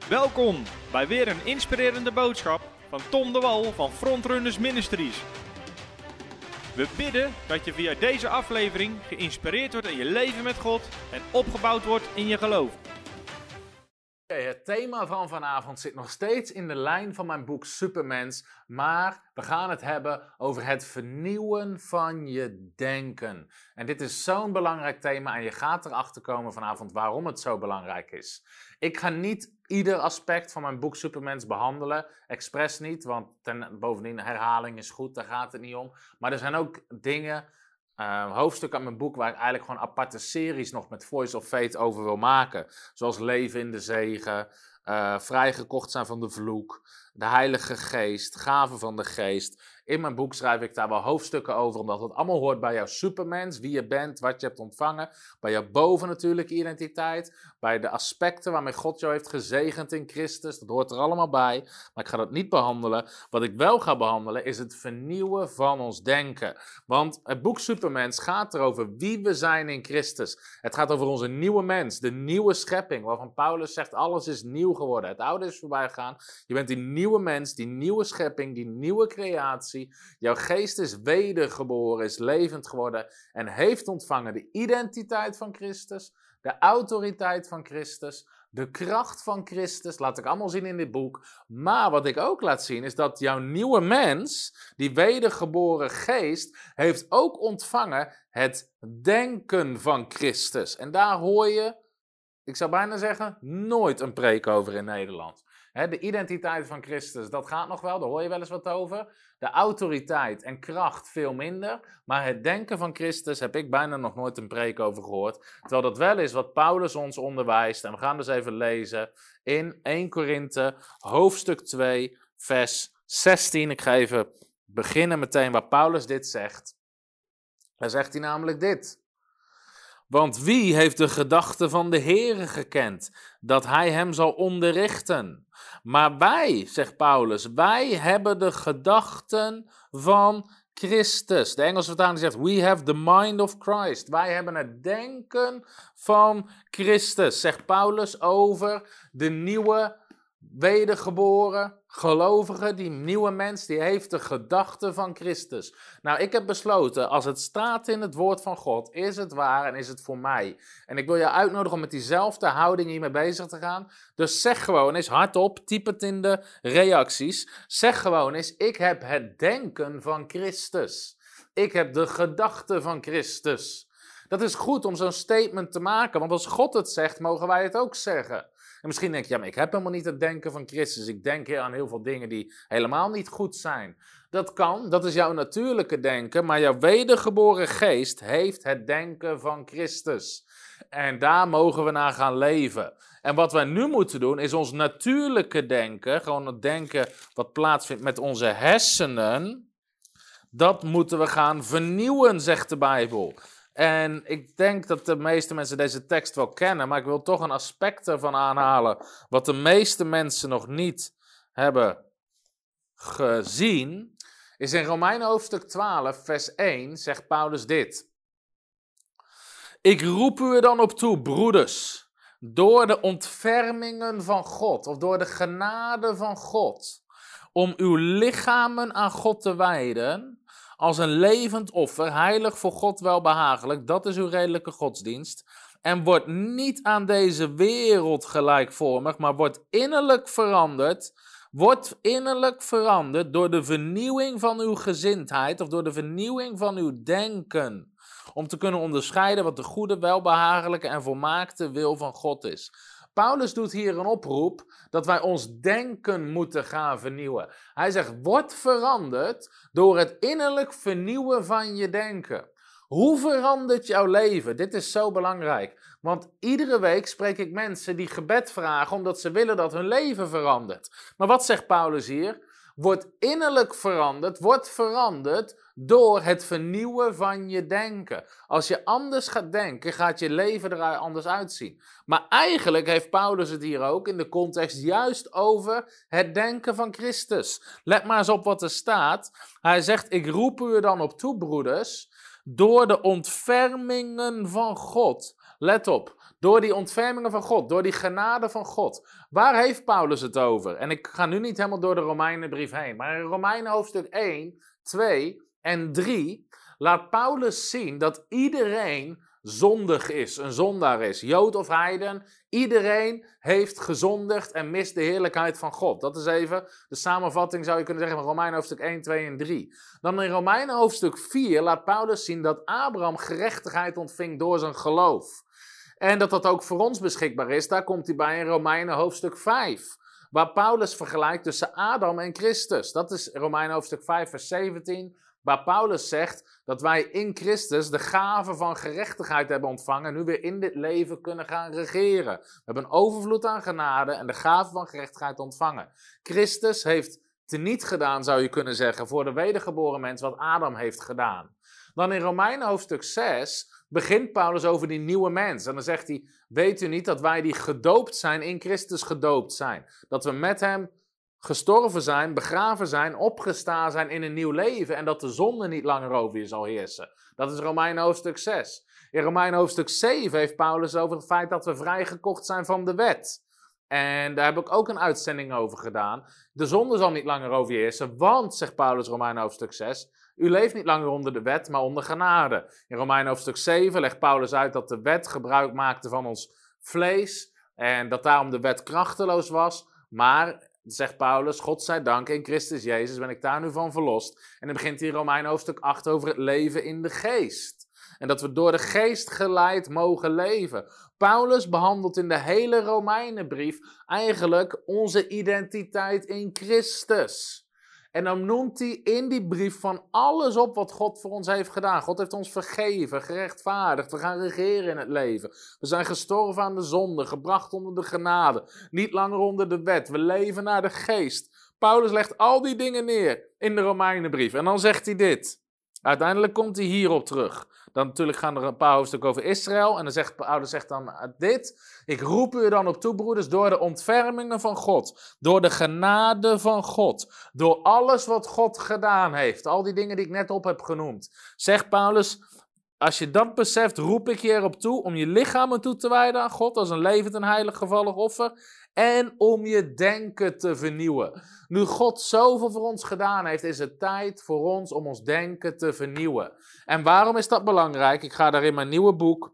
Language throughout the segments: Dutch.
Welkom bij weer een inspirerende boodschap van Tom de Wal van Frontrunners Ministries. We bidden dat je via deze aflevering geïnspireerd wordt in je leven met God en opgebouwd wordt in je geloof. Het thema van vanavond zit nog steeds in de lijn van mijn boek Supermens, maar we gaan het hebben over het vernieuwen van je denken. En dit is zo'n belangrijk thema en je gaat erachter komen vanavond waarom het zo belangrijk is. Ik ga niet ieder aspect van mijn boek Supermens behandelen, expres niet, want bovendien herhaling is goed, daar gaat het niet om. Maar er zijn ook dingen, hoofdstukken aan mijn boek waar ik eigenlijk gewoon aparte series nog met Voice of Faith over wil maken. Zoals Leven in de Zegen, Vrijgekocht zijn van de vloek, de Heilige Geest, Gaven van de Geest. In mijn boek schrijf ik daar wel hoofdstukken over, omdat het allemaal hoort bij jouw supermens, wie je bent, wat je hebt ontvangen. Bij jouw bovennatuurlijke identiteit, bij de aspecten waarmee God jou heeft gezegend in Christus. Dat hoort er allemaal bij, maar ik ga dat niet behandelen. Wat ik wel ga behandelen is het vernieuwen van ons denken. Want het boek Supermens gaat erover wie we zijn in Christus. Het gaat over onze nieuwe mens, de nieuwe schepping, waarvan Paulus zegt alles is nieuw geworden. Het oude is voorbij gegaan. Je bent die nieuwe mens, die nieuwe schepping, die nieuwe creatie. Jouw geest is wedergeboren, is levend geworden en heeft ontvangen de identiteit van Christus, de autoriteit van Christus, de kracht van Christus. Laat ik allemaal zien in dit boek. Maar wat ik ook laat zien is dat jouw nieuwe mens, die wedergeboren geest, heeft ook ontvangen het denken van Christus. En daar hoor je, ik zou bijna zeggen, nooit een preek over in Nederland. De identiteit van Christus, dat gaat nog wel, daar hoor je wel eens wat over. De autoriteit en kracht veel minder. Maar het denken van Christus heb ik bijna nog nooit een preek over gehoord. Terwijl dat wel is wat Paulus ons onderwijst. En we gaan dus even lezen in 1 Korinthe, hoofdstuk 2, vers 16. Ik ga even beginnen meteen waar Paulus dit zegt. Daar zegt hij namelijk dit. Want wie heeft de gedachten van de Heere gekend, dat hij hem zal onderrichten? Maar wij, zegt Paulus, wij hebben de gedachten van Christus. De Engelse vertaling zegt, we have the mind of Christ. Wij hebben het denken van Christus, zegt Paulus over de nieuwe wedergeboren gelovige, die nieuwe mens, die heeft de gedachten van Christus. Nou, ik heb besloten, als het staat in het woord van God, is het waar en is het voor mij. En ik wil je uitnodigen om met diezelfde houding hiermee bezig te gaan. Dus zeg gewoon eens hardop, typ het in de reacties. Zeg gewoon eens, ik heb het denken van Christus. Ik heb de gedachten van Christus. Dat is goed om zo'n statement te maken, want als God het zegt, mogen wij het ook zeggen. En misschien denk je, ja, maar ik heb helemaal niet het denken van Christus. Ik denk aan heel veel dingen die helemaal niet goed zijn. Dat kan, dat is jouw natuurlijke denken, maar jouw wedergeboren geest heeft het denken van Christus. En daar mogen we naar gaan leven. En wat wij nu moeten doen, is ons natuurlijke denken, gewoon het denken wat plaatsvindt met onze hersenen, dat moeten we gaan vernieuwen, zegt de Bijbel. En ik denk dat de meeste mensen deze tekst wel kennen, maar ik wil toch een aspect ervan aanhalen wat de meeste mensen nog niet hebben gezien. Is in Romeinen hoofdstuk 12, vers 1, zegt Paulus dit. Ik roep u er dan op toe, broeders, door de ontfermingen van God, of door de genade van God, om uw lichamen aan God te wijden, als een levend offer, heilig voor God welbehagelijk, dat is uw redelijke godsdienst. En wordt niet aan deze wereld gelijkvormig, maar wordt innerlijk veranderd door de vernieuwing van uw gezindheid, of door de vernieuwing van uw denken. Om te kunnen onderscheiden wat de goede, welbehagelijke en volmaakte wil van God is. Paulus doet hier een oproep dat wij ons denken moeten gaan vernieuwen. Hij zegt, word veranderd door het innerlijk vernieuwen van je denken. Hoe verandert jouw leven? Dit is zo belangrijk. Want iedere week spreek ik mensen die gebed vragen omdat ze willen dat hun leven verandert. Maar wat zegt Paulus hier? Wordt innerlijk veranderd, wordt veranderd door het vernieuwen van je denken. Als je anders gaat denken, gaat je leven er anders uitzien. Maar eigenlijk heeft Paulus het hier ook in de context juist over het denken van Christus. Let maar eens op wat er staat. Hij zegt, ik roep u er dan op toe, broeders, door de ontfermingen van God. Let op, door die ontfermingen van God, door die genade van God. Waar heeft Paulus het over? En ik ga nu niet helemaal door de Romeinenbrief heen, maar in Romeinen hoofdstuk 1, 2 en 3 laat Paulus zien dat iedereen zondig is, een zondaar is. Jood of heiden, iedereen heeft gezondigd en mist de heerlijkheid van God. Dat is even de samenvatting, zou je kunnen zeggen, van Romeinen hoofdstuk 1, 2 en 3. Dan in Romeinen hoofdstuk 4 laat Paulus zien dat Abraham gerechtigheid ontving door zijn geloof. En dat dat ook voor ons beschikbaar is, daar komt hij bij in Romeinen hoofdstuk 5. Waar Paulus vergelijkt tussen Adam en Christus. Dat is Romeinen hoofdstuk 5 vers 17. Waar Paulus zegt dat wij in Christus de gave van gerechtigheid hebben ontvangen. En nu weer in dit leven kunnen gaan regeren. We hebben een overvloed aan genade en de gave van gerechtigheid ontvangen. Christus heeft teniet gedaan, zou je kunnen zeggen, voor de wedergeboren mens wat Adam heeft gedaan. Dan in Romeinen hoofdstuk 6 begint Paulus over die nieuwe mens. En dan zegt hij, weet u niet dat wij die gedoopt zijn, in Christus gedoopt zijn. Dat we met hem gestorven zijn, begraven zijn, opgestaan zijn in een nieuw leven. En dat de zonde niet langer over je zal heersen. Dat is Romeinen hoofdstuk 6. In Romeinen hoofdstuk 7 heeft Paulus over het feit dat we vrijgekocht zijn van de wet. En daar heb ik ook een uitzending over gedaan. De zonde zal niet langer over je heersen, want, zegt Paulus Romeinen hoofdstuk 6... u leeft niet langer onder de wet, maar onder genade. In Romeinen hoofdstuk 7 legt Paulus uit dat de wet gebruik maakte van ons vlees. En dat daarom de wet krachteloos was. Maar, zegt Paulus, God zij dank, in Christus Jezus ben ik daar nu van verlost. En dan begint hij in Romeinen hoofdstuk 8 over het leven in de geest. En dat we door de geest geleid mogen leven. Paulus behandelt in de hele Romeinenbrief eigenlijk onze identiteit in Christus. En dan noemt hij in die brief van alles op wat God voor ons heeft gedaan. God heeft ons vergeven, gerechtvaardigd. We gaan regeren in het leven. We zijn gestorven aan de zonde, gebracht onder de genade. Niet langer onder de wet. We leven naar de geest. Paulus legt al die dingen neer in de Romeinenbrief. En dan zegt hij dit. Uiteindelijk komt hij hierop terug. Dan natuurlijk gaan er een paar hoofdstukken over Israël. En dan zegt Paulus dan dit. Ik roep u dan op toe, broeders, door de ontfermingen van God. Door de genade van God. Door alles wat God gedaan heeft. Al die dingen die ik net op heb genoemd. Zegt Paulus, als je dat beseft, roep ik je erop toe om je lichamen toe te wijden aan God. Als een levend en heilig gevallig offer. En om je denken te vernieuwen. Nu God zoveel voor ons gedaan heeft, is het tijd voor ons om ons denken te vernieuwen. En waarom is dat belangrijk? Ik ga daar in mijn nieuwe boek,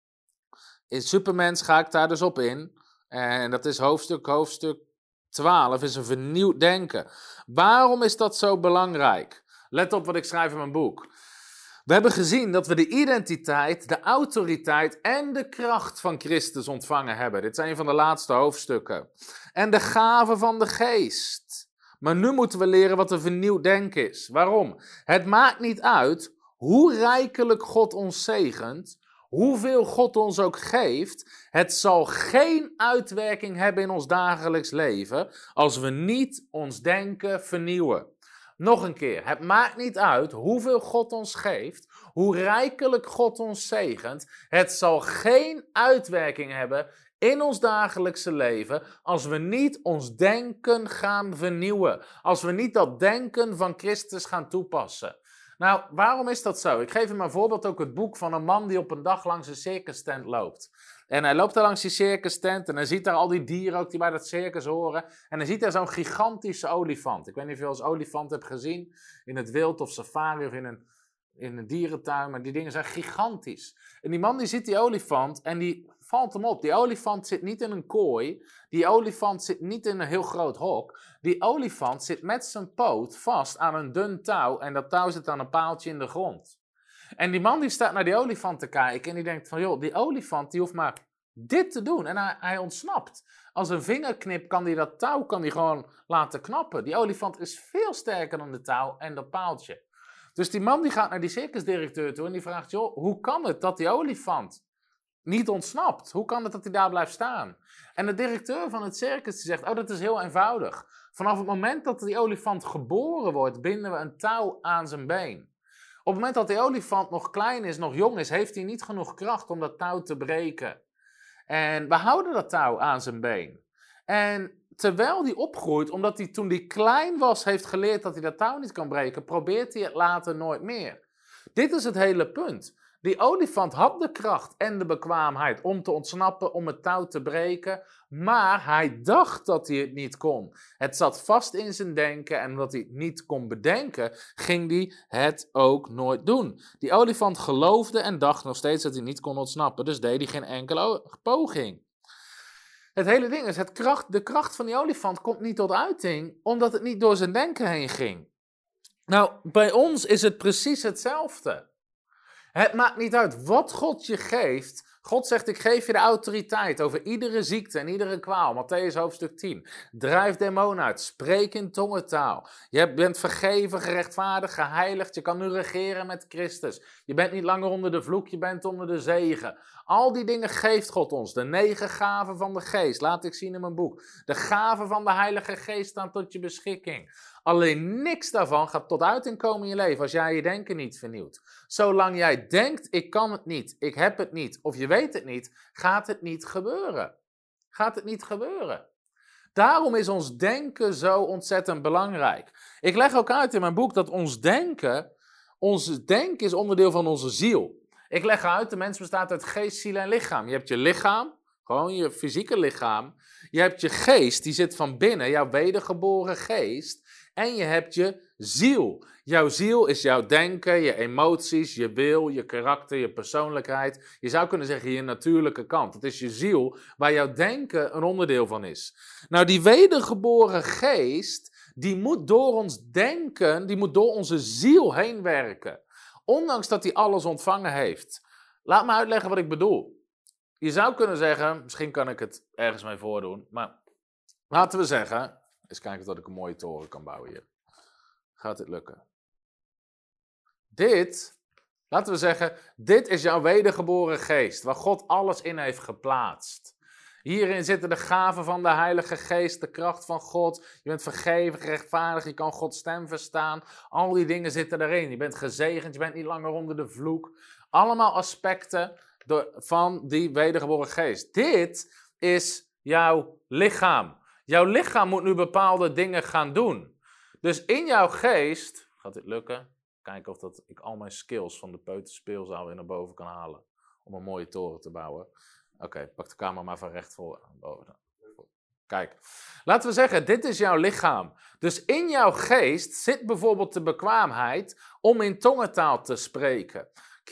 in Supermens ga ik daar dus op in. En dat is hoofdstuk 12, is een vernieuwd denken. Waarom is dat zo belangrijk? Let op wat ik schrijf in mijn boek. We hebben gezien dat we de identiteit, de autoriteit en de kracht van Christus ontvangen hebben. Dit is een van de laatste hoofdstukken. En de gave van de geest. Maar nu moeten we leren wat een vernieuwd denken is. Waarom? Het maakt niet uit hoe rijkelijk God ons zegent, hoeveel God ons ook geeft. Het zal geen uitwerking hebben in ons dagelijks leven als we niet ons denken vernieuwen. Nog een keer, het maakt niet uit hoeveel God ons geeft, hoe rijkelijk God ons zegent. Het zal geen uitwerking hebben in ons dagelijkse leven als we niet ons denken gaan vernieuwen. Als we niet dat denken van Christus gaan toepassen. Nou, waarom is dat zo? Ik geef je maar voorbeeld ook het boek van een man die op een dag langs een circus tent loopt. En hij loopt daar langs die circus tent en hij ziet daar al die dieren ook die bij dat circus horen. En hij ziet daar zo'n gigantische olifant. Ik weet niet of je al eens olifant hebt gezien in het wild of safari of in een dierentuin, maar die dingen zijn gigantisch. En die man die ziet die olifant en die valt hem op. Die olifant zit niet in een kooi, die olifant zit niet in een heel groot hok. Die olifant zit met zijn poot vast aan een dun touw en dat touw zit aan een paaltje in de grond. En die man die staat naar die olifant te kijken en die denkt van, joh, die olifant die hoeft maar dit te doen. En hij ontsnapt. Als een vingerknip kan hij dat touw gewoon laten knappen. Die olifant is veel sterker dan de touw en dat paaltje. Dus die man die gaat naar die circusdirecteur toe en die vraagt, joh, hoe kan het dat die olifant niet ontsnapt? Hoe kan het dat hij daar blijft staan? En de directeur van het circus die zegt, oh, dat is heel eenvoudig. Vanaf het moment dat die olifant geboren wordt, binden we een touw aan zijn been. Op het moment dat die olifant nog klein is, nog jong is, heeft hij niet genoeg kracht om dat touw te breken. En we houden dat touw aan zijn been. En terwijl die opgroeit, omdat hij toen hij klein was heeft geleerd dat hij dat touw niet kan breken, probeert hij het later nooit meer. Dit is het hele punt. Die olifant had de kracht en de bekwaamheid om te ontsnappen, om het touw te breken, maar hij dacht dat hij het niet kon. Het zat vast in zijn denken en omdat hij het niet kon bedenken, ging hij het ook nooit doen. Die olifant geloofde en dacht nog steeds dat hij niet kon ontsnappen, dus deed hij geen enkele poging. Het hele ding is, de kracht van die olifant komt niet tot uiting, omdat het niet door zijn denken heen ging. Nou, bij ons is het precies hetzelfde. Het maakt niet uit wat God je geeft. God zegt, ik geef je de autoriteit over iedere ziekte en iedere kwaal. Matthäus hoofdstuk 10. Drijf demonen uit, spreek in tongentaal. Je bent vergeven, gerechtvaardigd, geheiligd. Je kan nu regeren met Christus. Je bent niet langer onder de vloek, je bent onder de zegen. Al die dingen geeft God ons. De 9 gaven van de geest, laat ik zien in mijn boek. De gaven van de Heilige Geest staan tot je beschikking. Alleen niks daarvan gaat tot uiting komen in je leven als jij je denken niet vernieuwt. Zolang jij denkt, ik kan het niet, ik heb het niet, of je weet het niet, gaat het niet gebeuren. Gaat het niet gebeuren. Daarom is ons denken zo ontzettend belangrijk. Ik leg ook uit in mijn boek dat ons denken is onderdeel van onze ziel. Ik leg uit, de mens bestaat uit geest, ziel en lichaam. Je hebt je lichaam, gewoon je fysieke lichaam. Je hebt je geest, die zit van binnen, jouw wedergeboren geest. En je hebt je ziel. Jouw ziel is jouw denken, je emoties, je wil, je karakter, je persoonlijkheid. Je zou kunnen zeggen je natuurlijke kant. Het is je ziel waar jouw denken een onderdeel van is. Nou, die wedergeboren geest, die moet door ons denken, die moet door onze ziel heen werken. Ondanks dat hij alles ontvangen heeft. Laat me uitleggen wat ik bedoel. Je zou kunnen zeggen, misschien kan ik het ergens mee voordoen, maar laten we zeggen, eens kijken of ik een mooie toren kan bouwen hier. Gaat dit lukken? Laten we zeggen, dit is jouw wedergeboren geest, waar God alles in heeft geplaatst. Hierin zitten de gaven van de Heilige Geest, de kracht van God. Je bent vergeven, gerechtvaardigd, je kan Gods stem verstaan. Al die dingen zitten erin. Je bent gezegend, je bent niet langer onder de vloek. Allemaal aspecten van die wedergeboren geest. Dit is jouw lichaam. Jouw lichaam moet nu bepaalde dingen gaan doen. Dus in jouw geest, gaat dit lukken? Kijken of ik al mijn skills van de peuterspeelzaal weer naar boven kan halen. Om een mooie toren te bouwen. Oké, pak de camera maar van recht voor. Kijk, laten we zeggen, dit is jouw lichaam. Dus in jouw geest zit bijvoorbeeld de bekwaamheid om in tongentaal te spreken.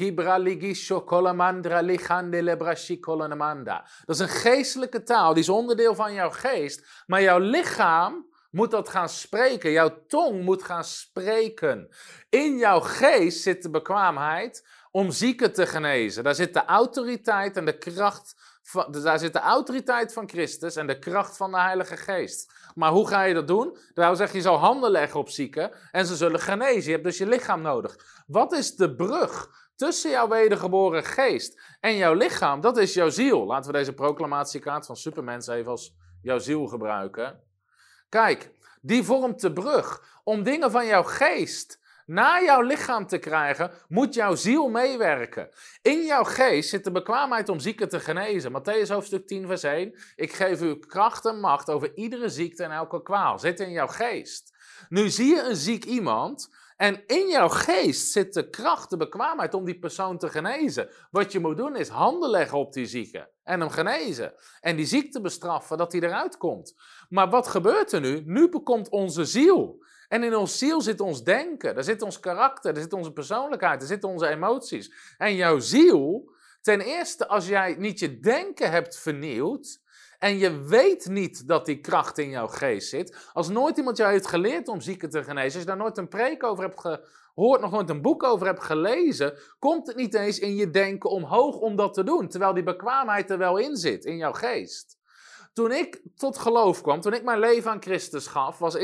Dat is een geestelijke taal, die is onderdeel van jouw geest. Maar jouw lichaam moet dat gaan spreken. Jouw tong moet gaan spreken. In jouw geest zit de bekwaamheid om zieken te genezen. Daar zit de autoriteit en de kracht daar zit de autoriteit van Christus en de kracht van de Heilige Geest. Maar hoe ga je dat doen? Nou zeg je zal handen leggen op zieken en ze zullen genezen. Je hebt dus je lichaam nodig. Wat is de brug tussen jouw wedergeboren geest en jouw lichaam? Dat is jouw ziel. Laten we deze proclamatiekaart van Supermens even als jouw ziel gebruiken. Kijk, die vormt de brug. Om dingen van jouw geest naar jouw lichaam te krijgen, moet jouw ziel meewerken. In jouw geest zit de bekwaamheid om zieken te genezen. Matthäus hoofdstuk 10 vers 1. Ik geef u kracht en macht over iedere ziekte en elke kwaal. Zit in jouw geest. Nu zie je een ziek iemand en in jouw geest zit de kracht, de bekwaamheid om die persoon te genezen. Wat je moet doen is handen leggen op die zieke en hem genezen. En die ziekte bestraffen dat hij eruit komt. Maar wat gebeurt er nu? Nu bekomt onze ziel. En in ons ziel zit ons denken, daar zit ons karakter, daar zit onze persoonlijkheid, daar zitten onze emoties. En jouw ziel, ten eerste als jij niet je denken hebt vernieuwd en je weet niet dat die kracht in jouw geest zit, als nooit iemand jou heeft geleerd om zieken te genezen, als je daar nooit een preek over hebt gehoord, nog nooit een boek over hebt gelezen, komt het niet eens in je denken omhoog om dat te doen, terwijl die bekwaamheid er wel in zit, in jouw geest. Toen ik tot geloof kwam, toen ik mijn leven aan Christus gaf, was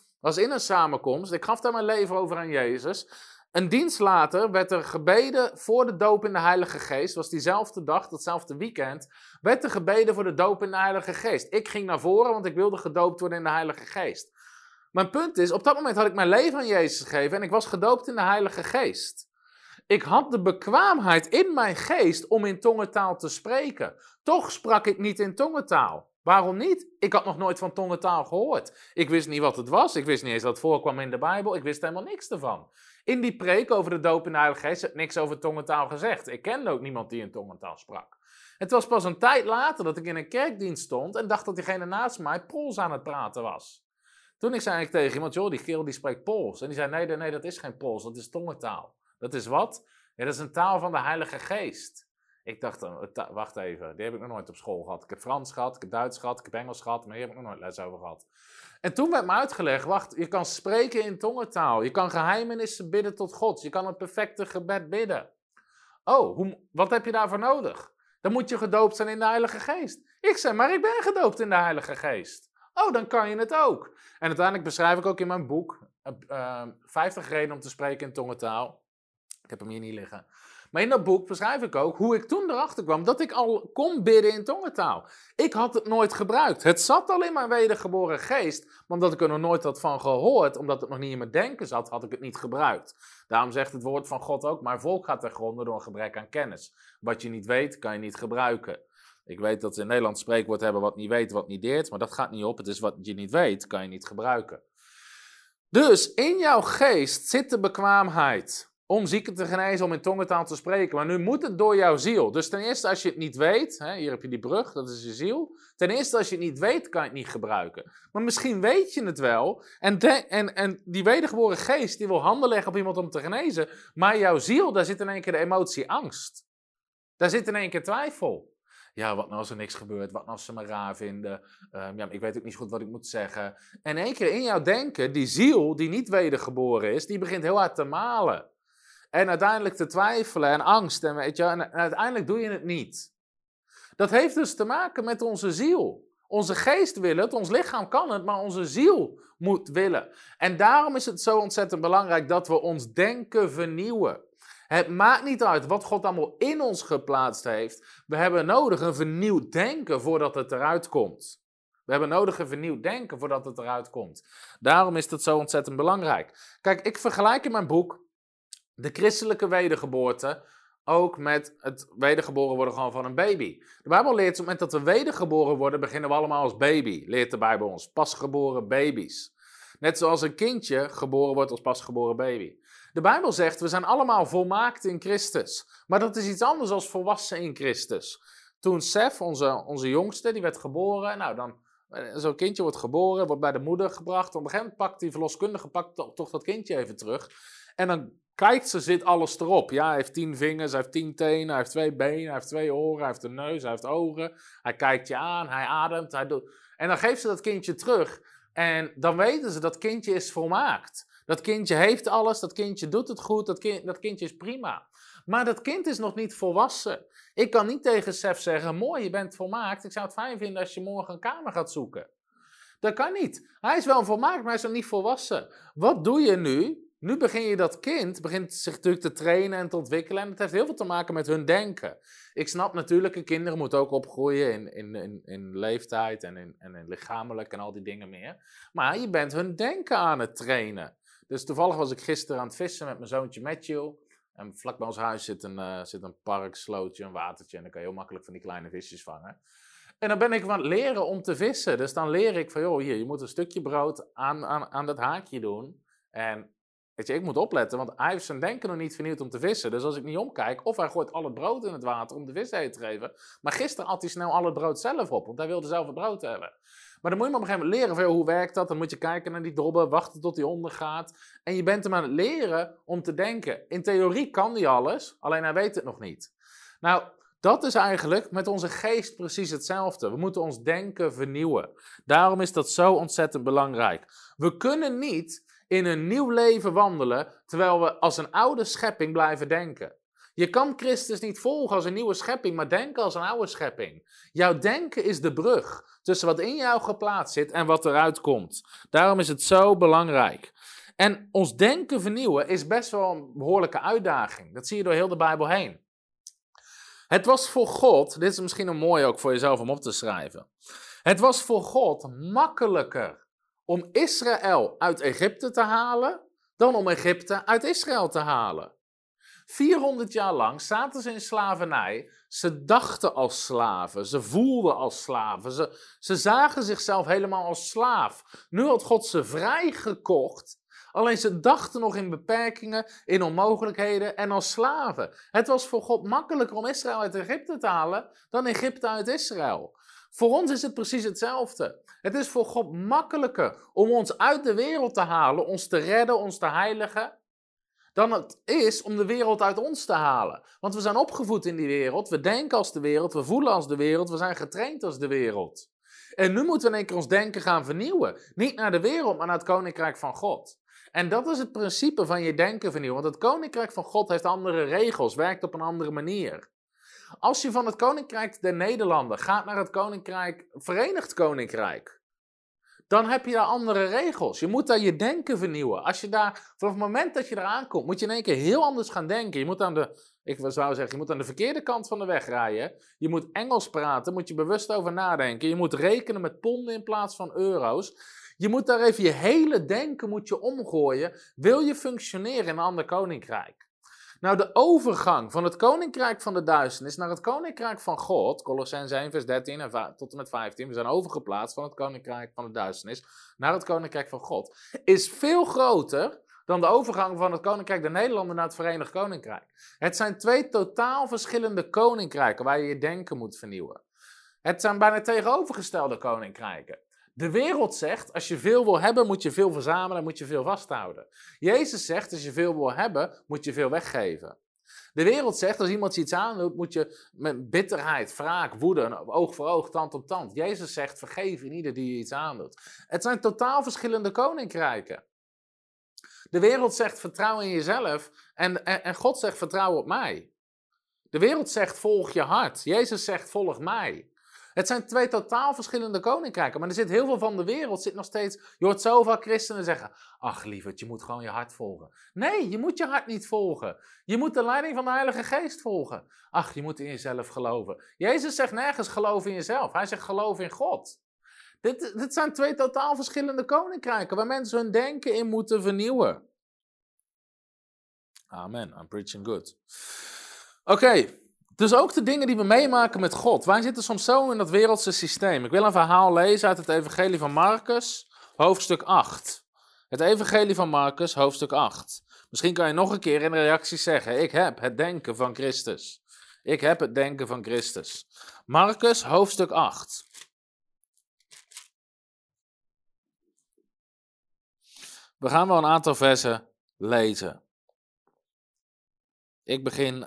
in een samenkomst. Ik gaf daar mijn leven over aan Jezus. Een dienst later werd er gebeden voor de doop in de Heilige Geest. Was diezelfde dag, datzelfde weekend, werd er gebeden voor de doop in de Heilige Geest. Ik ging naar voren, want ik wilde gedoopt worden in de Heilige Geest. Mijn punt is, op dat moment had ik mijn leven aan Jezus gegeven en ik was gedoopt in de Heilige Geest. Ik had de bekwaamheid in mijn geest om in tongentaal te spreken. Toch sprak ik niet in tongentaal. Waarom niet? Ik had nog nooit van tongentaal gehoord. Ik wist niet wat het was. Ik wist niet eens dat het voorkwam in de Bijbel. Ik wist helemaal niks ervan. In die preek over de doop in de Heilige Geest werd niks over tongentaal gezegd. Ik kende ook niemand die in tongentaal sprak. Het was pas een tijd later dat ik in een kerkdienst stond en dacht dat diegene naast mij Pools aan het praten was. Toen ik zei tegen iemand, joh, die kerel die spreekt Pools. En die zei, nee, dat is geen Pools, dat is tongentaal. Dat is wat? Ja, dat is een taal van de Heilige Geest. Ik dacht, wacht even, die heb ik nog nooit op school gehad. Ik heb Frans gehad, ik heb Duits gehad, ik heb Engels gehad, maar hier heb ik nog nooit les over gehad. En toen werd me uitgelegd, wacht, je kan spreken in tongentaal. Je kan geheimenissen bidden tot God. Je kan het perfecte gebed bidden. Oh, wat heb je daarvoor nodig? Dan moet je gedoopt zijn in de Heilige Geest. Ik zei, maar ik ben gedoopt in de Heilige Geest. Oh, dan kan je het ook. En uiteindelijk beschrijf ik ook in mijn boek 50 redenen om te spreken in tongentaal. Ik heb hem hier niet liggen. Maar in dat boek beschrijf ik ook hoe ik toen erachter kwam dat ik al kon bidden in tongentaal. Ik had het nooit gebruikt. Het zat al in mijn wedergeboren geest, maar omdat ik er nog nooit had van gehoord, omdat het nog niet in mijn denken zat, had ik het niet gebruikt. Daarom zegt het woord van God ook, mijn volk gaat ten gronde door een gebrek aan kennis. Wat je niet weet, kan je niet gebruiken. Ik weet dat ze in Nederland spreekwoord hebben, wat niet weet, wat niet deert, maar dat gaat niet op. Het is wat je niet weet, kan je niet gebruiken. Dus in jouw geest zit de bekwaamheid om zieken te genezen, om in tongentaal te spreken. Maar nu moet het door jouw ziel. Dus ten eerste als je het niet weet, hier heb je die brug, dat is je ziel. Ten eerste als je het niet weet, kan je het niet gebruiken. Maar misschien weet je het wel. En die wedergeboren geest, die wil handen leggen op iemand om te genezen. Maar jouw ziel, daar zit in één keer de emotie angst. Daar zit in één keer twijfel. Ja, wat nou als er niks gebeurt? Wat nou als ze me raar vinden? Ik weet ook niet goed wat ik moet zeggen. En in één keer in jouw denken, die ziel die niet wedergeboren is, die begint heel hard te malen. En uiteindelijk te twijfelen en angst. En uiteindelijk doe je het niet. Dat heeft dus te maken met onze ziel. Onze geest wil het, ons lichaam kan het, maar onze ziel moet willen. En daarom is het zo ontzettend belangrijk dat we ons denken vernieuwen. Het maakt niet uit wat God allemaal in ons geplaatst heeft. We hebben nodig een vernieuwd denken voordat het eruit komt. We hebben nodig een vernieuwd denken voordat het eruit komt. Daarom is dat zo ontzettend belangrijk. Kijk, ik vergelijk in mijn boek de christelijke wedergeboorte ook met het wedergeboren worden gewoon van een baby. De Bijbel leert, op het moment dat we wedergeboren worden, beginnen we allemaal als baby. Leert de Bijbel ons, pasgeboren baby's. Net zoals een kindje geboren wordt als pasgeboren baby. De Bijbel zegt, we zijn allemaal volmaakt in Christus. Maar dat is iets anders dan volwassen in Christus. Toen Sef, onze jongste, die werd geboren, zo'n kindje wordt geboren, wordt bij de moeder gebracht. Op een gegeven moment pakt die verloskundige toch dat kindje even terug. En dan kijkt ze, zit alles erop. Ja, hij heeft 10 vingers, hij heeft 10 tenen, hij heeft 2 benen, hij heeft 2 oren, hij heeft een neus, hij heeft ogen. Hij kijkt je aan, hij ademt, hij doet. En dan geeft ze dat kindje terug. En dan weten ze, dat kindje is volmaakt. Dat kindje heeft alles, dat kindje doet het goed, dat kindje is prima. Maar dat kind is nog niet volwassen. Ik kan niet tegen Sef zeggen, mooi, je bent volmaakt. Ik zou het fijn vinden als je morgen een kamer gaat zoeken. Dat kan niet. Hij is wel volmaakt, maar hij is nog niet volwassen. Wat doe je nu? Nu begint zich natuurlijk te trainen en te ontwikkelen. En het heeft heel veel te maken met hun denken. Ik snap natuurlijk, kinderen moeten ook opgroeien in leeftijd en in lichamelijk en al die dingen meer. Maar je bent hun denken aan het trainen. Dus toevallig was ik gisteren aan het vissen met mijn zoontje Matthew. En vlak bij ons huis zit een park, slootje, een watertje. En dan kan je heel makkelijk van die kleine visjes vangen. En dan ben ik aan het leren om te vissen. Dus dan leer ik van, joh, hier, je moet een stukje brood aan dat haakje doen. En weet je, ik moet opletten, want hij heeft zijn denken nog niet vernieuwd om te vissen. Dus als ik niet omkijk, of hij gooit al het brood in het water om de vis eten te geven. Maar gisteren at hij snel al het brood zelf op, want hij wilde zelf het brood hebben. Maar dan moet je op een gegeven moment leren van, hoe werkt dat? Dan moet je kijken naar die dobber, wachten tot hij ondergaat. En je bent hem aan het leren om te denken. In theorie kan hij alles, alleen hij weet het nog niet. Nou, dat is eigenlijk met onze geest precies hetzelfde. We moeten ons denken vernieuwen. Daarom is dat zo ontzettend belangrijk. We kunnen niet in een nieuw leven wandelen, terwijl we als een oude schepping blijven denken. Je kan Christus niet volgen als een nieuwe schepping, maar denken als een oude schepping. Jouw denken is de brug tussen wat in jou geplaatst zit en wat eruit komt. Daarom is het zo belangrijk. En ons denken vernieuwen is best wel een behoorlijke uitdaging. Dat zie je door heel de Bijbel heen. Het was voor God, dit is misschien een mooi ook voor jezelf om op te schrijven. Het was voor God makkelijker om Israël uit Egypte te halen, dan om Egypte uit Israël te halen. 400 jaar lang zaten ze in slavernij, Ze dachten als slaven, ze voelden als slaven, ze zagen zichzelf helemaal als slaaf. Nu had God ze vrijgekocht, alleen ze dachten nog in beperkingen, in onmogelijkheden en als slaven. Het was voor God makkelijker om Israël uit Egypte te halen dan Egypte uit Israël. Voor ons is het precies hetzelfde. Het is voor God makkelijker om ons uit de wereld te halen, ons te redden, ons te heiligen, dan het is om de wereld uit ons te halen. Want we zijn opgevoed in die wereld, we denken als de wereld, we voelen als de wereld, we zijn getraind als de wereld. En nu moeten we in één keer ons denken gaan vernieuwen. Niet naar de wereld, maar naar het koninkrijk van God. En dat is het principe van je denken vernieuwen. Want het koninkrijk van God heeft andere regels, werkt op een andere manier. Als je van het koninkrijk der Nederlanden gaat naar het koninkrijk, Verenigd Koninkrijk, dan heb je daar andere regels. Je moet daar je denken vernieuwen. Als je daar, vanaf het moment dat je eraan komt, moet je in één keer heel anders gaan denken. Je moet aan je moet aan de verkeerde kant van de weg rijden. Je moet Engels praten, moet je bewust over nadenken. Je moet rekenen met ponden in plaats van euro's. Je moet daar even je hele denken moet je omgooien. Wil je functioneren in een ander koninkrijk? Nou, de overgang van het koninkrijk van de duisternis naar het koninkrijk van God, Colossenzen 1 vers 13 en tot en met 15, we zijn overgeplaatst van het koninkrijk van de duisternis naar het koninkrijk van God, is veel groter dan de overgang van het koninkrijk der Nederlanden naar het Verenigd Koninkrijk. Het zijn twee totaal verschillende koninkrijken waar je je denken moet vernieuwen. Het zijn bijna tegenovergestelde koninkrijken. De wereld zegt, als je veel wil hebben, moet je veel verzamelen en moet je veel vasthouden. Jezus zegt, als je veel wil hebben, moet je veel weggeven. De wereld zegt, als iemand je iets aandoet, moet je met bitterheid, wraak, woede, oog voor oog, tand op tand. Jezus zegt, vergeef in ieder die je iets aandoet. Het zijn totaal verschillende koninkrijken. De wereld zegt, vertrouw in jezelf en God zegt, vertrouw op mij. De wereld zegt, volg je hart. Jezus zegt, volg mij. Het zijn twee totaal verschillende koninkrijken. Maar er zit heel veel van de wereld, zit nog steeds. Je hoort zoveel christenen zeggen, ach lieverd, je moet gewoon je hart volgen. Nee, je moet je hart niet volgen. Je moet de leiding van de Heilige Geest volgen. Ach, je moet in jezelf geloven. Jezus zegt nergens geloof in jezelf. Hij zegt geloof in God. Dit zijn twee totaal verschillende koninkrijken waar mensen hun denken in moeten vernieuwen. Amen, I'm preaching good. Oké. Dus ook de dingen die we meemaken met God. Wij zitten soms zo in dat wereldse systeem. Ik wil een verhaal lezen uit het Evangelie van Marcus, hoofdstuk 8. Het Evangelie van Marcus, hoofdstuk 8. Misschien kan je nog een keer in de reactie zeggen, ik heb het denken van Christus. Ik heb het denken van Christus. Marcus, hoofdstuk 8. We gaan wel een aantal versen lezen. Ik begin...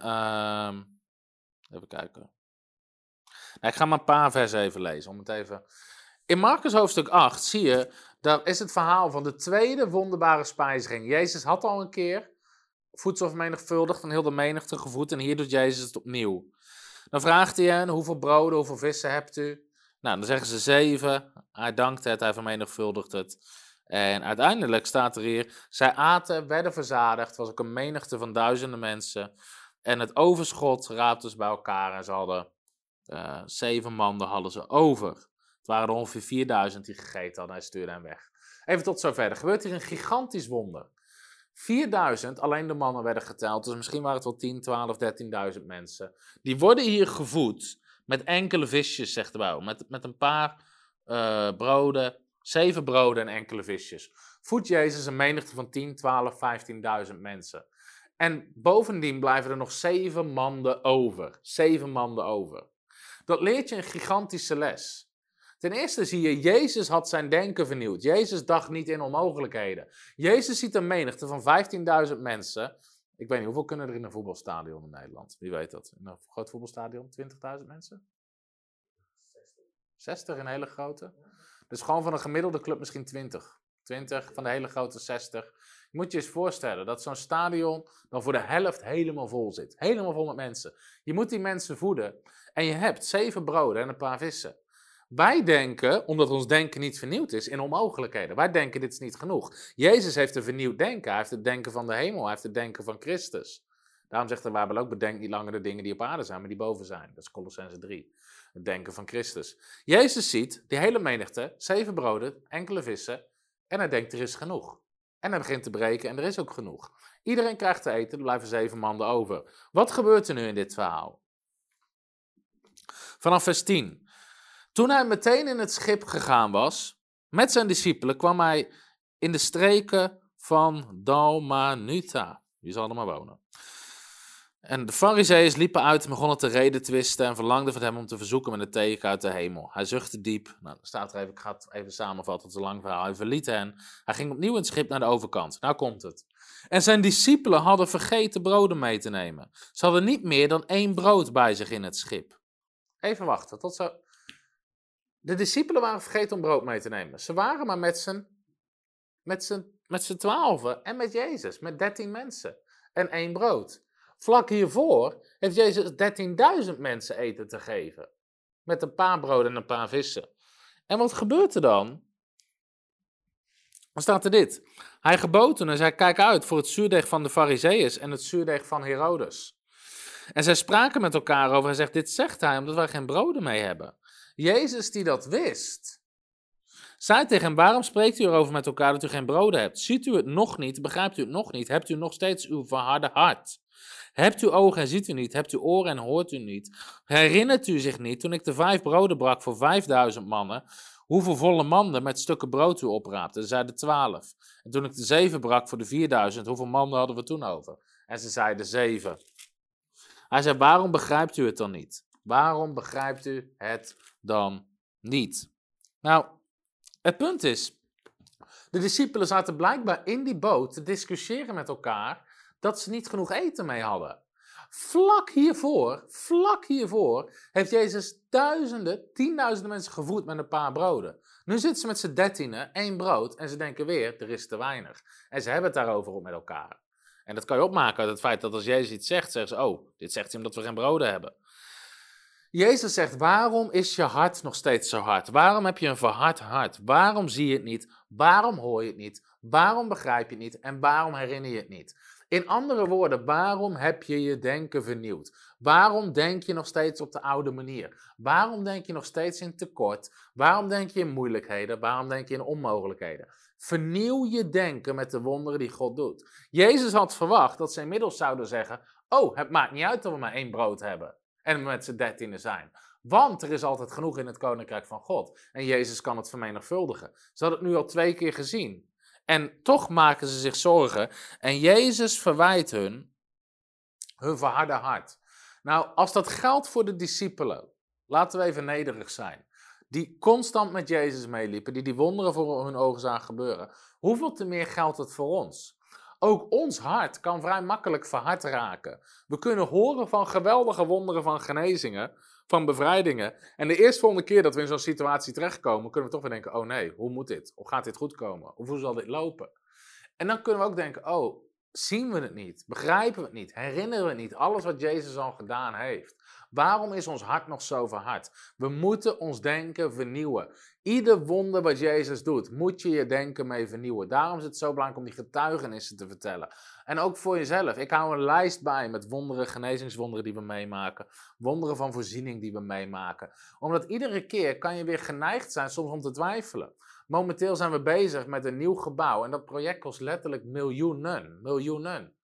Even kijken. Nou, ik ga maar een paar versen even lezen. Om het even... In Marcus hoofdstuk 8 zie je, daar is het verhaal van de tweede wonderbare spijziging. Jezus had al een keer voedsel vermenigvuldigd en heel de menigte gevoed en hier doet Jezus het opnieuw. Dan vraagt hij hen, hoeveel broden, hoeveel vissen hebt u? Nou, dan zeggen ze 7. Hij dankt het, hij vermenigvuldigt het. En uiteindelijk staat er hier, zij aten, werden verzadigd. Het was ook een menigte van duizenden mensen. En het overschot raapten ze bij elkaar en ze hadden 7 manden hadden ze over. Het waren er ongeveer 4000 die gegeten hadden, hij stuurde hen weg. Even tot zover, er gebeurt hier een gigantisch wonder. 4000, alleen de mannen werden geteld, dus misschien waren het wel 10, 12, 13.000 mensen. Die worden hier gevoed met enkele visjes, zegt de Bijbel. Met een paar broden, 7 broden en enkele visjes. Voedt Jezus een menigte van 10, 12, 15.000 mensen. En bovendien blijven er nog 7 manden over. 7 manden over. Dat leert je een gigantische les. Ten eerste zie je, Jezus had zijn denken vernieuwd. Jezus dacht niet in onmogelijkheden. Jezus ziet een menigte van 15.000 mensen. Ik weet niet, hoeveel kunnen er in een voetbalstadion in Nederland? Wie weet dat? In een groot voetbalstadion, 20.000 mensen? 60 in een hele grote? Dus gewoon van een gemiddelde club misschien 20. 20 van de hele grote 60. Je moet je eens voorstellen dat zo'n stadion dan voor de helft helemaal vol zit. Helemaal vol met mensen. Je moet die mensen voeden. En je hebt 7 broden en een paar vissen. Wij denken, omdat ons denken niet vernieuwd is, in onmogelijkheden. Wij denken dit is niet genoeg. Jezus heeft een vernieuwd denken. Hij heeft het denken van de hemel. Hij heeft het denken van Christus. Daarom zegt de Bijbel ook, bedenk niet langer de dingen die op aarde zijn, maar die boven zijn. Dat is Colossenzen 3. Het denken van Christus. Jezus ziet die hele menigte, 7 broden, enkele vissen. En hij denkt, er is genoeg. En hij begint te breken en er is ook genoeg. Iedereen krijgt te eten, er blijven 7 manden over. Wat gebeurt er nu in dit verhaal? Vanaf vers 10. Toen hij meteen in het schip gegaan was, met zijn discipelen, kwam hij in de streken van Dalmanuta. Die zal er maar wonen. En de Farizeeërs liepen uit en begonnen te redetwisten en verlangden van hem om te verzoeken met een teken uit de hemel. Hij zuchtte diep. Nou, dan staat er even, ik ga het even samenvatten, het is een lang verhaal. Hij verliet hen. Hij ging opnieuw in het schip naar de overkant. Nou komt het. En zijn discipelen hadden vergeten broden mee te nemen. Ze hadden niet meer dan 1 brood bij zich in het schip. Even wachten, tot zo. De discipelen waren vergeten om brood mee te nemen. Ze waren maar met z'n 12 en met Jezus, met 13 mensen en 1 brood. Vlak hiervoor heeft Jezus 13.000 mensen eten te geven. Met een paar broden en een paar vissen. En wat gebeurt er dan? Dan staat er dit. Hij gebood toen en zei, kijk uit voor het zuurdeeg van de Farizeeërs en het zuurdeeg van Herodes. En zij spraken met elkaar over. Hij zegt, dit zegt hij omdat wij geen broden mee hebben. Jezus die dat wist, zei tegen hem, waarom spreekt u erover met elkaar dat u geen broden hebt? Ziet u het nog niet? Begrijpt u het nog niet? Hebt u nog steeds uw verharde hart? Hebt u ogen en ziet u niet? Hebt u oren en hoort u niet? Herinnert u zich niet, toen ik de 5 broden brak voor 5000 mannen, hoeveel volle manden met stukken brood u opraapte? Ze zeiden 12. En toen ik de 7 brak voor de 4000, hoeveel manden hadden we toen over? En ze zeiden 7. Hij zei, waarom begrijpt u het dan niet? Waarom begrijpt u het dan niet? Nou, het punt is, de discipelen zaten blijkbaar in die boot te discussiëren met elkaar dat ze niet genoeg eten mee hadden. Vlak hiervoor heeft Jezus tienduizenden mensen gevoed met een paar broden. Nu zitten ze met z'n 13, 1 brood en ze denken weer, er is te weinig. En ze hebben het daarover met elkaar. En dat kan je opmaken uit het feit dat als Jezus iets zegt, zeggen ze, oh, dit zegt hij omdat we geen broden hebben. Jezus zegt, waarom is je hart nog steeds zo hard? Waarom heb je een verhard hart? Waarom zie je het niet? Waarom hoor je het niet? Waarom begrijp je het niet? En waarom herinner je het niet? In andere woorden, waarom heb je je denken vernieuwd? Waarom denk je nog steeds op de oude manier? Waarom denk je nog steeds in tekort? Waarom denk je in moeilijkheden? Waarom denk je in onmogelijkheden? Vernieuw je denken met de wonderen die God doet. Jezus had verwacht dat ze inmiddels zouden zeggen, oh, het maakt niet uit dat we maar 1 brood hebben. En we met z'n 13 zijn. Want er is altijd genoeg in het koninkrijk van God. En Jezus kan het vermenigvuldigen. Ze hadden het nu al 2 keer gezien. En toch maken ze zich zorgen. En Jezus verwijt hun verharde hart. Nou, als dat geldt voor de discipelen. Laten we even nederig zijn. Die constant met Jezus meeliepen. Die wonderen voor hun ogen zagen gebeuren. Hoeveel te meer geldt het voor ons? Ook ons hart kan vrij makkelijk verhard raken. We kunnen horen van geweldige wonderen van genezingen, van bevrijdingen. En de eerstvolgende keer dat we in zo'n situatie terechtkomen, kunnen we toch weer denken, oh nee, hoe moet dit? Of gaat dit goed komen? Of hoe zal dit lopen? En dan kunnen we ook denken, oh, zien we het niet? Begrijpen we het niet? Herinneren we het niet? Alles wat Jezus al gedaan heeft. Waarom is ons hart nog zo verhard? We moeten ons denken vernieuwen. Ieder wonder wat Jezus doet, moet je je denken mee vernieuwen. Daarom is het zo belangrijk om die getuigenissen te vertellen. En ook voor jezelf. Ik hou een lijst bij met wonderen, genezingswonderen die we meemaken. Wonderen van voorziening die we meemaken. Omdat iedere keer kan je weer geneigd zijn soms om te twijfelen. Momenteel zijn we bezig met een nieuw gebouw. En dat project kost letterlijk miljoenen.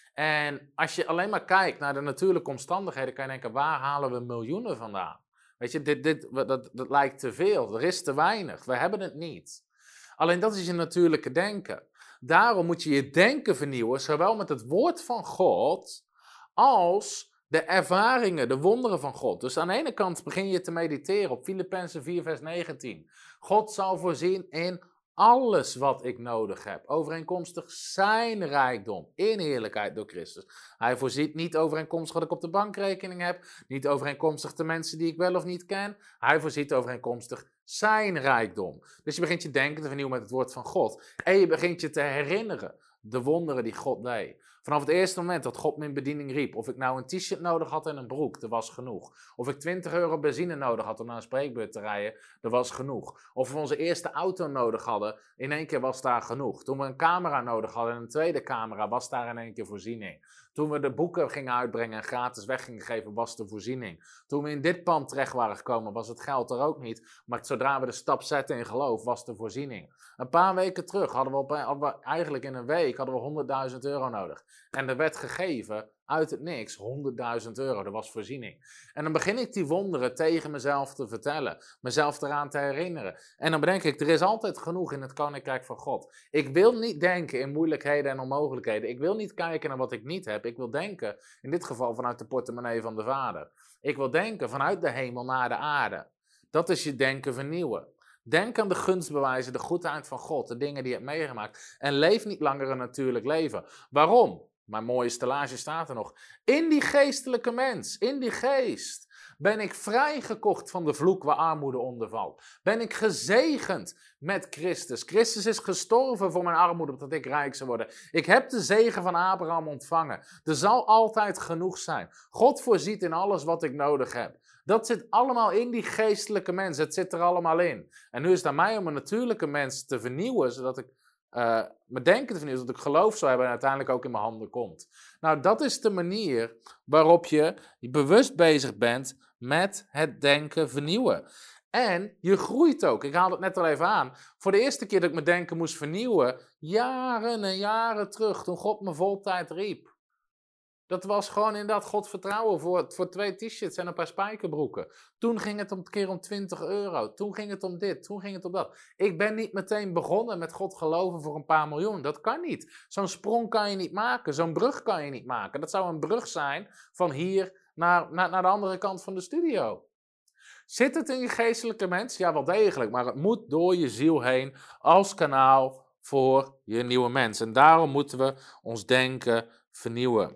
En als je alleen maar kijkt naar de natuurlijke omstandigheden, kan je denken, waar halen we miljoenen vandaan? Weet je, dat lijkt te veel. Er is te weinig. We hebben het niet. Alleen dat is je natuurlijke denken. Daarom moet je je denken vernieuwen, zowel met het woord van God, als de ervaringen, de wonderen van God. Dus aan de ene kant begin je te mediteren op Filippenzen 4 vers 19. God zal voorzien in alles wat ik nodig heb, overeenkomstig zijn rijkdom in heerlijkheid door Christus. Hij voorziet niet overeenkomstig wat ik op de bankrekening heb, niet overeenkomstig de mensen die ik wel of niet ken. Hij voorziet overeenkomstig zijn rijkdom. Dus je begint je denken te vernieuwen met het woord van God. En je begint je te herinneren de wonderen die God deed. Vanaf het eerste moment dat God me in bediening riep, of ik nou een t-shirt nodig had en een broek, er was genoeg. Of ik 20 euro benzine nodig had om naar een spreekbeurt te rijden, er was genoeg. Of we onze eerste auto nodig hadden, in één keer was daar genoeg. Toen we een camera nodig hadden en een tweede camera, was daar in één keer voorziening. Toen we de boeken gingen uitbrengen en gratis weg gingen geven, was de voorziening. Toen we in dit pand terecht waren gekomen, was het geld er ook niet. Maar zodra we de stap zetten in geloof, was de voorziening. Een paar weken terug hadden we eigenlijk in een week hadden we 100.000 euro nodig. En er werd gegeven uit het niks 100.000 euro. Dat was voorziening. En dan begin ik die wonderen tegen mezelf te vertellen. Mezelf eraan te herinneren. En dan bedenk ik, er is altijd genoeg in het Koninkrijk van God. Ik wil niet denken in moeilijkheden en onmogelijkheden. Ik wil niet kijken naar wat ik niet heb. Ik wil denken, in dit geval vanuit de portemonnee van de Vader. Ik wil denken vanuit de hemel naar de aarde. Dat is je denken vernieuwen. Denk aan de gunstbewijzen, de goedheid van God, de dingen die je hebt meegemaakt. En leef niet langer een natuurlijk leven. Waarom? Mijn mooie stellage staat er nog. In die geestelijke mens, in die geest, ben ik vrijgekocht van de vloek waar armoede onder valt. Ben ik gezegend met Christus. Christus is gestorven voor mijn armoede, opdat ik rijk zou worden. Ik heb de zegen van Abraham ontvangen. Er zal altijd genoeg zijn. God voorziet in alles wat ik nodig heb. Dat zit allemaal in die geestelijke mens. Het zit er allemaal in. En nu is het aan mij om een natuurlijke mens te vernieuwen, zodat ik mijn denken te vernieuwen, zodat ik geloof zou hebben en uiteindelijk ook in mijn handen komt. Nou, dat is de manier waarop je bewust bezig bent met het denken vernieuwen. En je groeit ook. Ik haalde het net al even aan. Voor de eerste keer dat ik mijn denken moest vernieuwen, jaren en jaren terug, toen God me voltijd riep. Dat was gewoon inderdaad God vertrouwen voor 2 t-shirts en een paar spijkerbroeken. Toen ging het een keer om 20 euro. Toen ging het om dit. Toen ging het om dat. Ik ben niet meteen begonnen met God geloven voor een paar miljoen. Dat kan niet. Zo'n sprong kan je niet maken. Zo'n brug kan je niet maken. Dat zou een brug zijn van hier naar de andere kant van de studio. Zit het in je geestelijke mens? Ja, wel degelijk. Maar het moet door je ziel heen als kanaal voor je nieuwe mens. En daarom moeten we ons denken vernieuwen.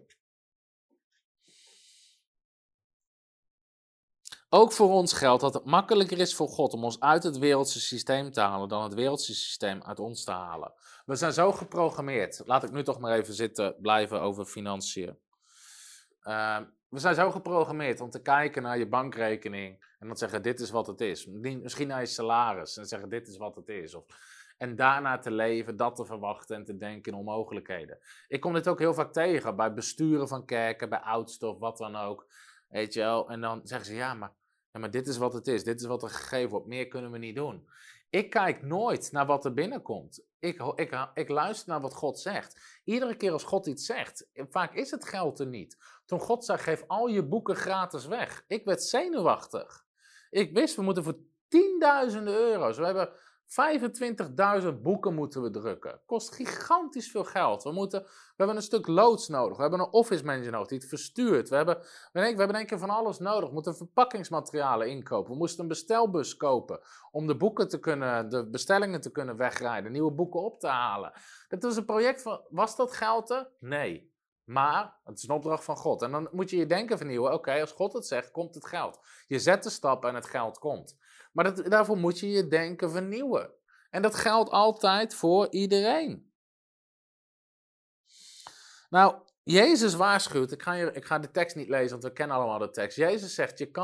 Ook voor ons geldt dat het makkelijker is voor God om ons uit het wereldse systeem te halen dan het wereldse systeem uit ons te halen. We zijn zo geprogrammeerd. Laat ik nu toch maar even zitten blijven over financiën. We zijn zo geprogrammeerd om te kijken naar je bankrekening en dan te zeggen dit is wat het is. Misschien naar je salaris en zeggen dit is wat het is. En daarna te leven, dat te verwachten en te denken in onmogelijkheden. Ik kom dit ook heel vaak tegen bij besturen van kerken, bij oudsten of wat dan ook. Weet je wel? En dan zeggen ze, ja, maar dit is wat het is. Dit is wat er gegeven wordt. Meer kunnen we niet doen. Ik kijk nooit naar wat er binnenkomt. Ik luister naar wat God zegt. Iedere keer als God iets zegt, vaak is het geld er niet. Toen God zei, geef al je boeken gratis weg. Ik werd zenuwachtig. Ik wist, we moeten voor tienduizenden euro's. We hebben 25.000 boeken moeten we drukken. Kost gigantisch veel geld. We hebben een stuk loods nodig. We hebben een office manager nodig die het verstuurt. We hebben denk ik van alles nodig. We moeten verpakkingsmaterialen inkopen. We moesten een bestelbus kopen om de bestellingen te kunnen wegrijden. Nieuwe boeken op te halen. Dat was een project van, was dat geld er? Nee. Maar het is een opdracht van God. En dan moet je je denken vernieuwen. Oké, als God het zegt, komt het geld. Je zet de stap en het geld komt. Maar daarvoor moet je je denken vernieuwen. En dat geldt altijd voor iedereen. Nou, Jezus waarschuwt. Ik ga de tekst niet lezen, want we kennen allemaal de tekst. Jezus zegt, je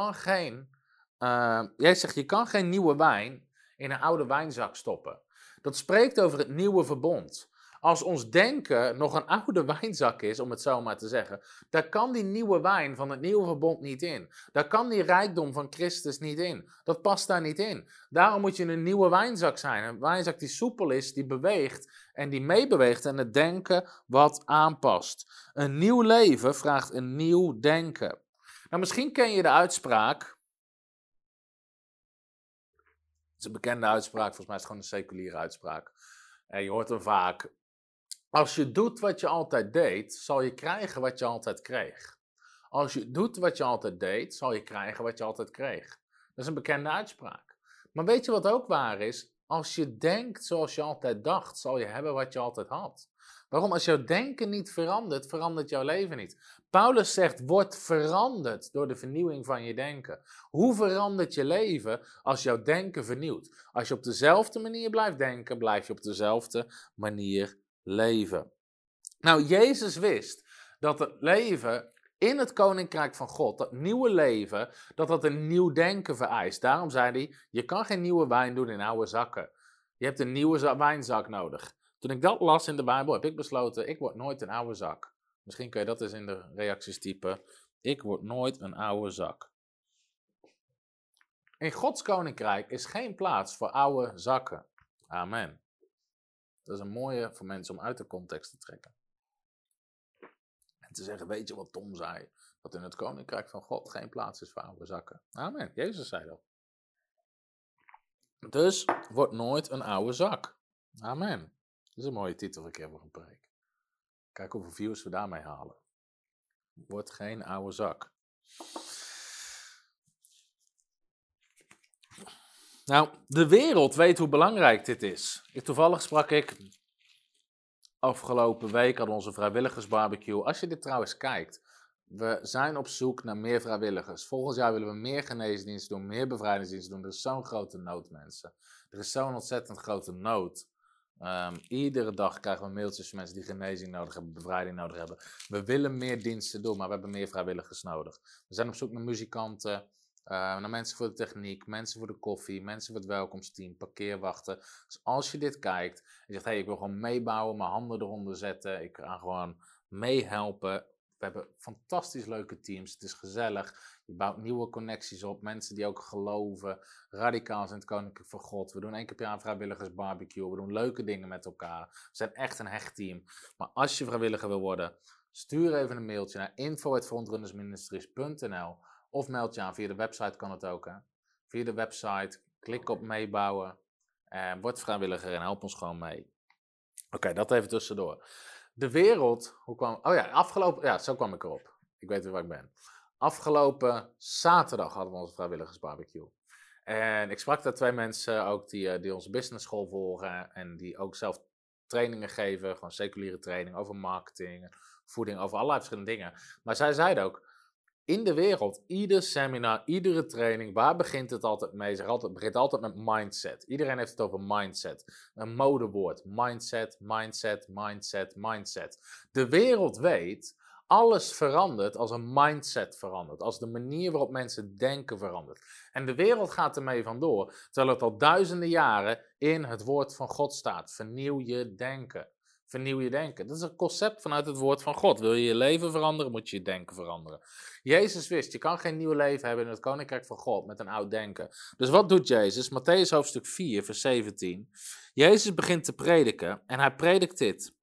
kan geen nieuwe wijn in een oude wijnzak stoppen. Dat spreekt over het nieuwe verbond. Als ons denken nog een oude wijnzak is, om het zo maar te zeggen, daar kan die nieuwe wijn van het nieuwe verbond niet in. Daar kan die rijkdom van Christus niet in. Dat past daar niet in. Daarom moet je een nieuwe wijnzak zijn. Een wijnzak die soepel is, die beweegt en die meebeweegt en het denken wat aanpast. Een nieuw leven vraagt een nieuw denken. Nou, misschien ken je de uitspraak. Het is een bekende uitspraak, volgens mij is het gewoon een seculiere uitspraak. En je hoort hem vaak. Als je doet wat je altijd deed, zal je krijgen wat je altijd kreeg. Als je doet wat je altijd deed, zal je krijgen wat je altijd kreeg. Dat is een bekende uitspraak. Maar weet je wat ook waar is? Als je denkt zoals je altijd dacht, zal je hebben wat je altijd had. Waarom? Als jouw denken niet verandert, verandert jouw leven niet. Paulus zegt, word veranderd door de vernieuwing van je denken. Hoe verandert je leven als jouw denken vernieuwt? Als je op dezelfde manier blijft denken, blijf je op dezelfde manier leven. Nou, Jezus wist dat het leven in het Koninkrijk van God, dat nieuwe leven, dat een nieuw denken vereist. Daarom zei hij, je kan geen nieuwe wijn doen in oude zakken. Je hebt een nieuwe wijnzak nodig. Toen ik dat las in de Bijbel, heb ik besloten, ik word nooit een oude zak. Misschien kun je dat eens in de reacties typen. Ik word nooit een oude zak. In Gods Koninkrijk is geen plaats voor oude zakken. Amen. Dat is een mooie voor mensen om uit de context te trekken. En te zeggen, weet je wat Tom zei? Dat in het koninkrijk van God geen plaats is voor oude zakken. Amen. Jezus zei dat. Dus word nooit een oude zak. Amen. Dat is een mooie titel een keer voor een preek. Kijk hoeveel views we daarmee halen. Word geen oude zak. Nou, de wereld weet hoe belangrijk dit is. Toevallig sprak ik afgelopen week aan onze vrijwilligersbarbecue. Als je dit trouwens kijkt, we zijn op zoek naar meer vrijwilligers. Volgend jaar willen we meer geneesdiensten doen, meer bevrijdingsdiensten doen. Er is zo'n grote nood, mensen. Er is zo'n ontzettend grote nood. Iedere dag krijgen we mailtjes van mensen die genezing nodig hebben, bevrijding nodig hebben. We willen meer diensten doen, maar we hebben meer vrijwilligers nodig. We zijn op zoek naar muzikanten, naar mensen voor de techniek, mensen voor de koffie, mensen voor het welkomsteam, parkeerwachten. Dus als je dit kijkt en zegt, hey, ik wil gewoon meebouwen, mijn handen eronder zetten, ik ga gewoon meehelpen. We hebben fantastisch leuke teams, het is gezellig. Je bouwt nieuwe connecties op, mensen die ook geloven, radicaal zijn in het koninkrijk van God. We doen 1 keer per jaar een vrijwilligersbarbecue, we doen leuke dingen met elkaar. We zijn echt een hecht team. Maar als je vrijwilliger wil worden, stuur even een mailtje naar info@frontrunnersministries.nl of meld je aan via de website, kan het ook. Hè? Via de website, klik op meebouwen, word vrijwilliger en help ons gewoon mee. Oké, dat even tussendoor. De wereld, zo kwam ik erop. Ik weet weer waar ik ben. Afgelopen zaterdag hadden we onze vrijwilligersbarbecue. En ik sprak daar 2 mensen ook die onze business school volgen en die ook zelf trainingen geven, gewoon seculiere training over marketing, voeding, over allerlei verschillende dingen. Maar zij zeiden ook, in de wereld, ieder seminar, iedere training, waar begint het altijd mee? Het begint altijd met mindset. Iedereen heeft het over mindset. Een modewoord. Mindset, mindset, mindset, mindset. De wereld weet, alles verandert als een mindset verandert. Als de manier waarop mensen denken verandert. En de wereld gaat ermee vandoor, terwijl het al duizenden jaren in het woord van God staat. Vernieuw je denken. Vernieuw je denken. Dat is een concept vanuit het woord van God. Wil je je leven veranderen, moet je je denken veranderen. Jezus wist, je kan geen nieuw leven hebben in het koninkrijk van God met een oud denken. Dus wat doet Jezus? Mattheüs hoofdstuk 4, vers 17. Jezus begint te prediken en hij predikt dit.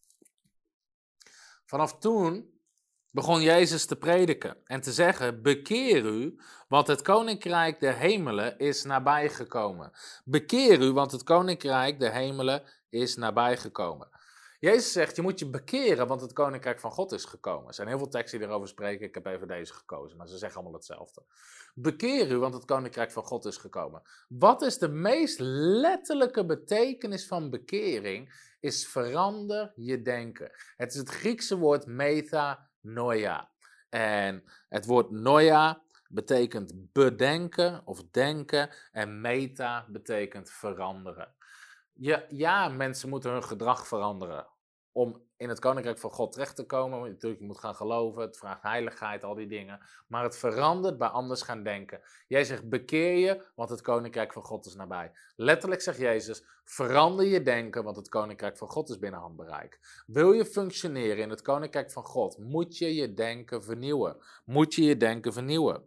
Vanaf toen begon Jezus te prediken en te zeggen, bekeer u, want het koninkrijk der hemelen is nabijgekomen. Bekeer u, want het koninkrijk der hemelen is nabijgekomen. Jezus zegt, je moet je bekeren, want het koninkrijk van God is gekomen. Er zijn heel veel teksten die erover spreken, ik heb even deze gekozen, maar ze zeggen allemaal hetzelfde. Bekeer u, want het koninkrijk van God is gekomen. Wat is de meest letterlijke betekenis van bekering? Is verander je denken. Het is het Griekse woord metanoia. En het woord noia betekent bedenken of denken en meta betekent veranderen. Ja, mensen moeten hun gedrag veranderen om in het koninkrijk van God terecht te komen. Natuurlijk, je moet gaan geloven, het vraagt heiligheid, al die dingen. Maar het verandert bij anders gaan denken. Jij zegt, bekeer je, want het koninkrijk van God is nabij. Letterlijk zegt Jezus, verander je denken, want het koninkrijk van God is binnen handbereik. Wil je functioneren in het koninkrijk van God, moet je je denken vernieuwen. Moet je je denken vernieuwen.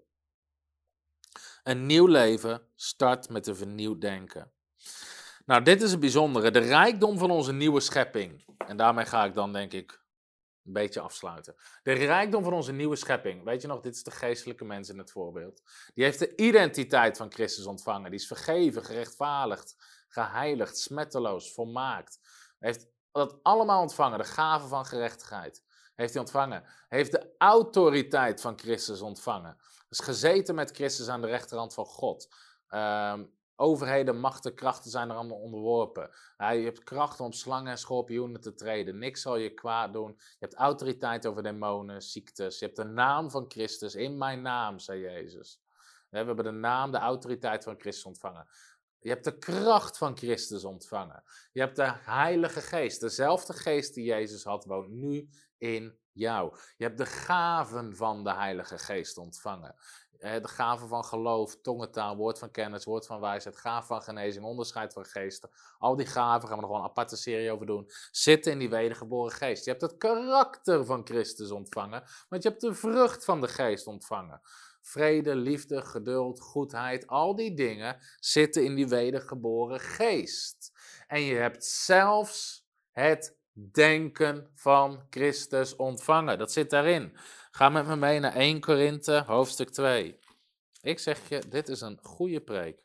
Een nieuw leven start met een vernieuwd denken. Nou, dit is het bijzondere. De rijkdom van onze nieuwe schepping. En daarmee ga ik dan, denk ik, een beetje afsluiten. De rijkdom van onze nieuwe schepping. Weet je nog, dit is de geestelijke mens in het voorbeeld. Die heeft de identiteit van Christus ontvangen. Die is vergeven, gerechtvaardigd, geheiligd, smetteloos, volmaakt. Heeft dat allemaal ontvangen. De gave van gerechtigheid heeft hij ontvangen. Heeft de autoriteit van Christus ontvangen. Is gezeten met Christus aan de rechterhand van God. Overheden, machten, krachten zijn er allemaal onderworpen. Je hebt kracht om slangen en schorpioenen te treden. Niks zal je kwaad doen. Je hebt autoriteit over demonen, ziektes. Je hebt de naam van Christus. In mijn naam, zei Jezus. We hebben de naam, de autoriteit van Christus ontvangen. Je hebt de kracht van Christus ontvangen. Je hebt de Heilige Geest. Dezelfde geest die Jezus had, woont nu in jou. Je hebt de gaven van de Heilige Geest ontvangen. De gaven van geloof, tongentaal, woord van kennis, woord van wijsheid, gaven van genezing, onderscheid van geesten. Al die gaven, gaan we nog wel een aparte serie over doen, zitten in die wedergeboren geest. Je hebt het karakter van Christus ontvangen, want je hebt de vrucht van de geest ontvangen. Vrede, liefde, geduld, goedheid, al die dingen zitten in die wedergeboren geest. En je hebt zelfs het denken van Christus ontvangen. Dat zit daarin. Ga met me mee naar 1 Korinthe, hoofdstuk 2. Ik zeg je, dit is een goede preek.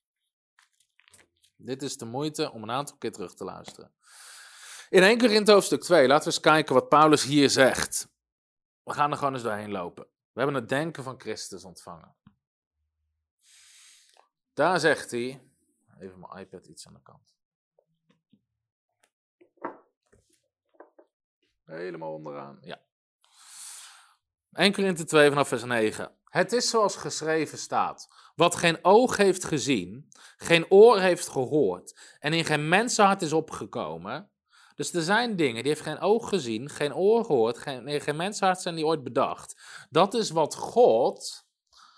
Dit is de moeite om een aantal keer terug te luisteren. In 1 Korinthe hoofdstuk 2, laten we eens kijken wat Paulus hier zegt. We gaan er gewoon eens doorheen lopen. We hebben het denken van Christus ontvangen. Daar zegt hij, even mijn iPad iets aan de kant. Helemaal onderaan, ja. 1 Korinthe 2 vanaf vers 9. Het is zoals geschreven staat. Wat geen oog heeft gezien, geen oor heeft gehoord en in geen mensenhart is opgekomen. Dus er zijn dingen, die heeft geen oog gezien, geen oor gehoord, geen mensenhart zijn die ooit bedacht. Dat is wat God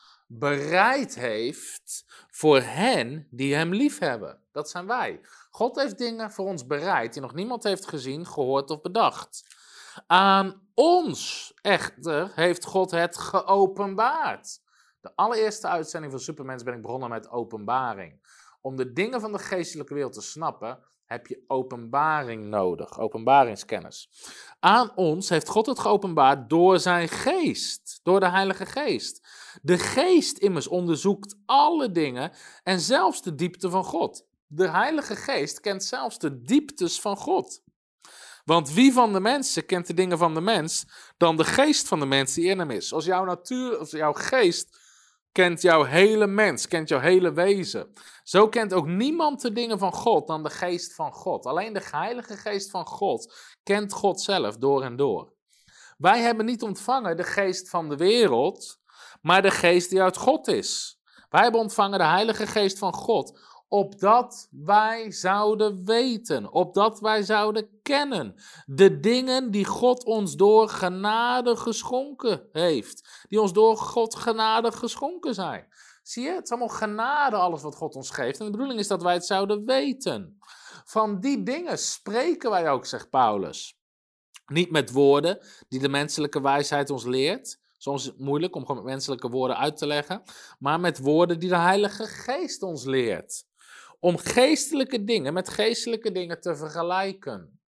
bereid heeft voor hen die hem liefhebben. Dat zijn wij. God heeft dingen voor ons bereid die nog niemand heeft gezien, gehoord of bedacht. Aan ons echter heeft God het geopenbaard. De allereerste uitzending van Supermens ben ik begonnen met openbaring. Om de dingen van de geestelijke wereld te snappen, heb je openbaring nodig, openbaringskennis. Aan ons heeft God het geopenbaard door zijn geest, door de Heilige Geest. De geest immers onderzoekt alle dingen en zelfs de diepte van God. De Heilige Geest kent zelfs de dieptes van God. Want wie van de mensen kent de dingen van de mens dan de geest van de mens die in hem is? Als jouw natuur, of jouw geest kent jouw hele mens, kent jouw hele wezen. Zo kent ook niemand de dingen van God dan de geest van God. Alleen de Heilige Geest van God kent God zelf door en door. Wij hebben niet ontvangen de geest van de wereld, maar de geest die uit God is. Wij hebben ontvangen de Heilige Geest van God, opdat wij zouden weten, opdat wij zouden kennen de dingen die God ons door genade geschonken heeft. Die ons door God genade geschonken zijn. Zie je, het is allemaal genade alles wat God ons geeft. En de bedoeling is dat wij het zouden weten. Van die dingen spreken wij ook, zegt Paulus. Niet met woorden die de menselijke wijsheid ons leert. Soms is het moeilijk om gewoon met menselijke woorden uit te leggen. Maar met woorden die de Heilige Geest ons leert. Om geestelijke dingen met geestelijke dingen te vergelijken.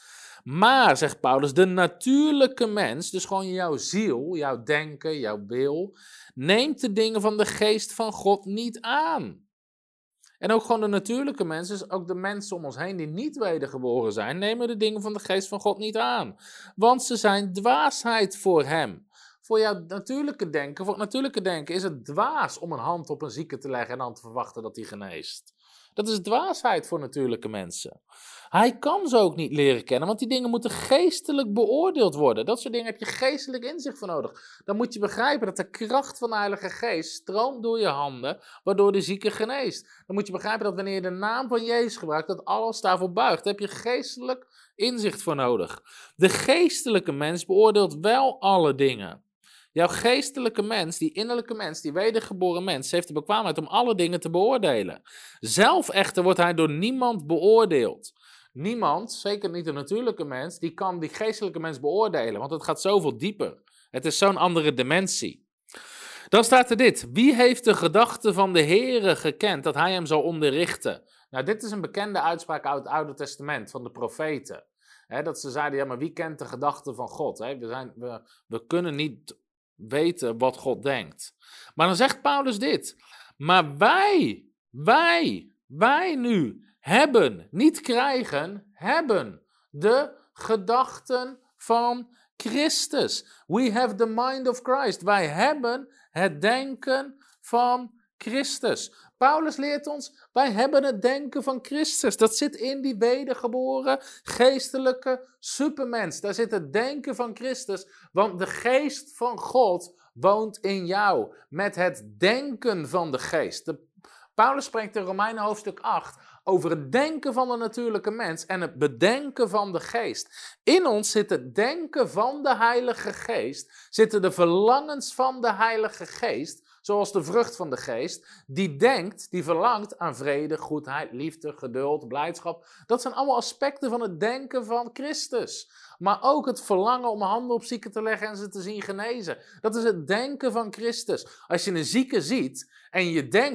Maar, zegt Paulus, de natuurlijke mens, dus gewoon jouw ziel, jouw denken, jouw wil, neemt de dingen van de geest van God niet aan. En ook gewoon de natuurlijke mensen, dus ook de mensen om ons heen die niet wedergeboren zijn, nemen de dingen van de geest van God niet aan. Want ze zijn dwaasheid voor hem. Voor jouw natuurlijke denken, voor het natuurlijke denken is het dwaas om een hand op een zieke te leggen en dan te verwachten dat hij geneest. Dat is dwaasheid voor natuurlijke mensen. Hij kan ze ook niet leren kennen, want die dingen moeten geestelijk beoordeeld worden. Dat soort dingen heb je geestelijk inzicht voor nodig. Dan moet je begrijpen dat de kracht van de Heilige Geest stroomt door je handen, waardoor de zieke geneest. Dan moet je begrijpen dat wanneer je de naam van Jezus gebruikt, dat alles daarvoor buigt. Daar heb je geestelijk inzicht voor nodig. De geestelijke mens beoordeelt wel alle dingen. Jouw geestelijke mens, die innerlijke mens, die wedergeboren mens, heeft de bekwaamheid om alle dingen te beoordelen. Zelf echter wordt hij door niemand beoordeeld. Niemand, zeker niet de natuurlijke mens, die kan die geestelijke mens beoordelen, want het gaat zoveel dieper. Het is zo'n andere dimensie. Dan staat er dit: wie heeft de gedachten van de Heere gekend, dat hij hem zal onderrichten? Nou, dit is een bekende uitspraak uit het Oude Testament, van de profeten. Dat ze zeiden, ja, maar wie kent de gedachten van God? We kunnen niet weten wat God denkt. Maar dan zegt Paulus dit: maar wij nu hebben, niet krijgen, hebben de gedachten van Christus. We have the mind of Christ. Wij hebben het denken van Christus. Paulus leert ons, wij hebben het denken van Christus. Dat zit in die wedergeboren geestelijke supermens. Daar zit het denken van Christus, want de geest van God woont in jou. Met het denken van de geest. Paulus spreekt in Romeinen hoofdstuk 8 over het denken van de natuurlijke mens en het bedenken van de geest. In ons zit het denken van de Heilige Geest, zitten de verlangens van de Heilige Geest, zoals de vrucht van de geest, die denkt, die verlangt aan vrede, goedheid, liefde, geduld, blijdschap. Dat zijn allemaal aspecten van het denken van Christus. Maar ook het verlangen om handen op zieken te leggen en ze te zien genezen. Dat is het denken van Christus. Als je een zieke ziet en je denkt,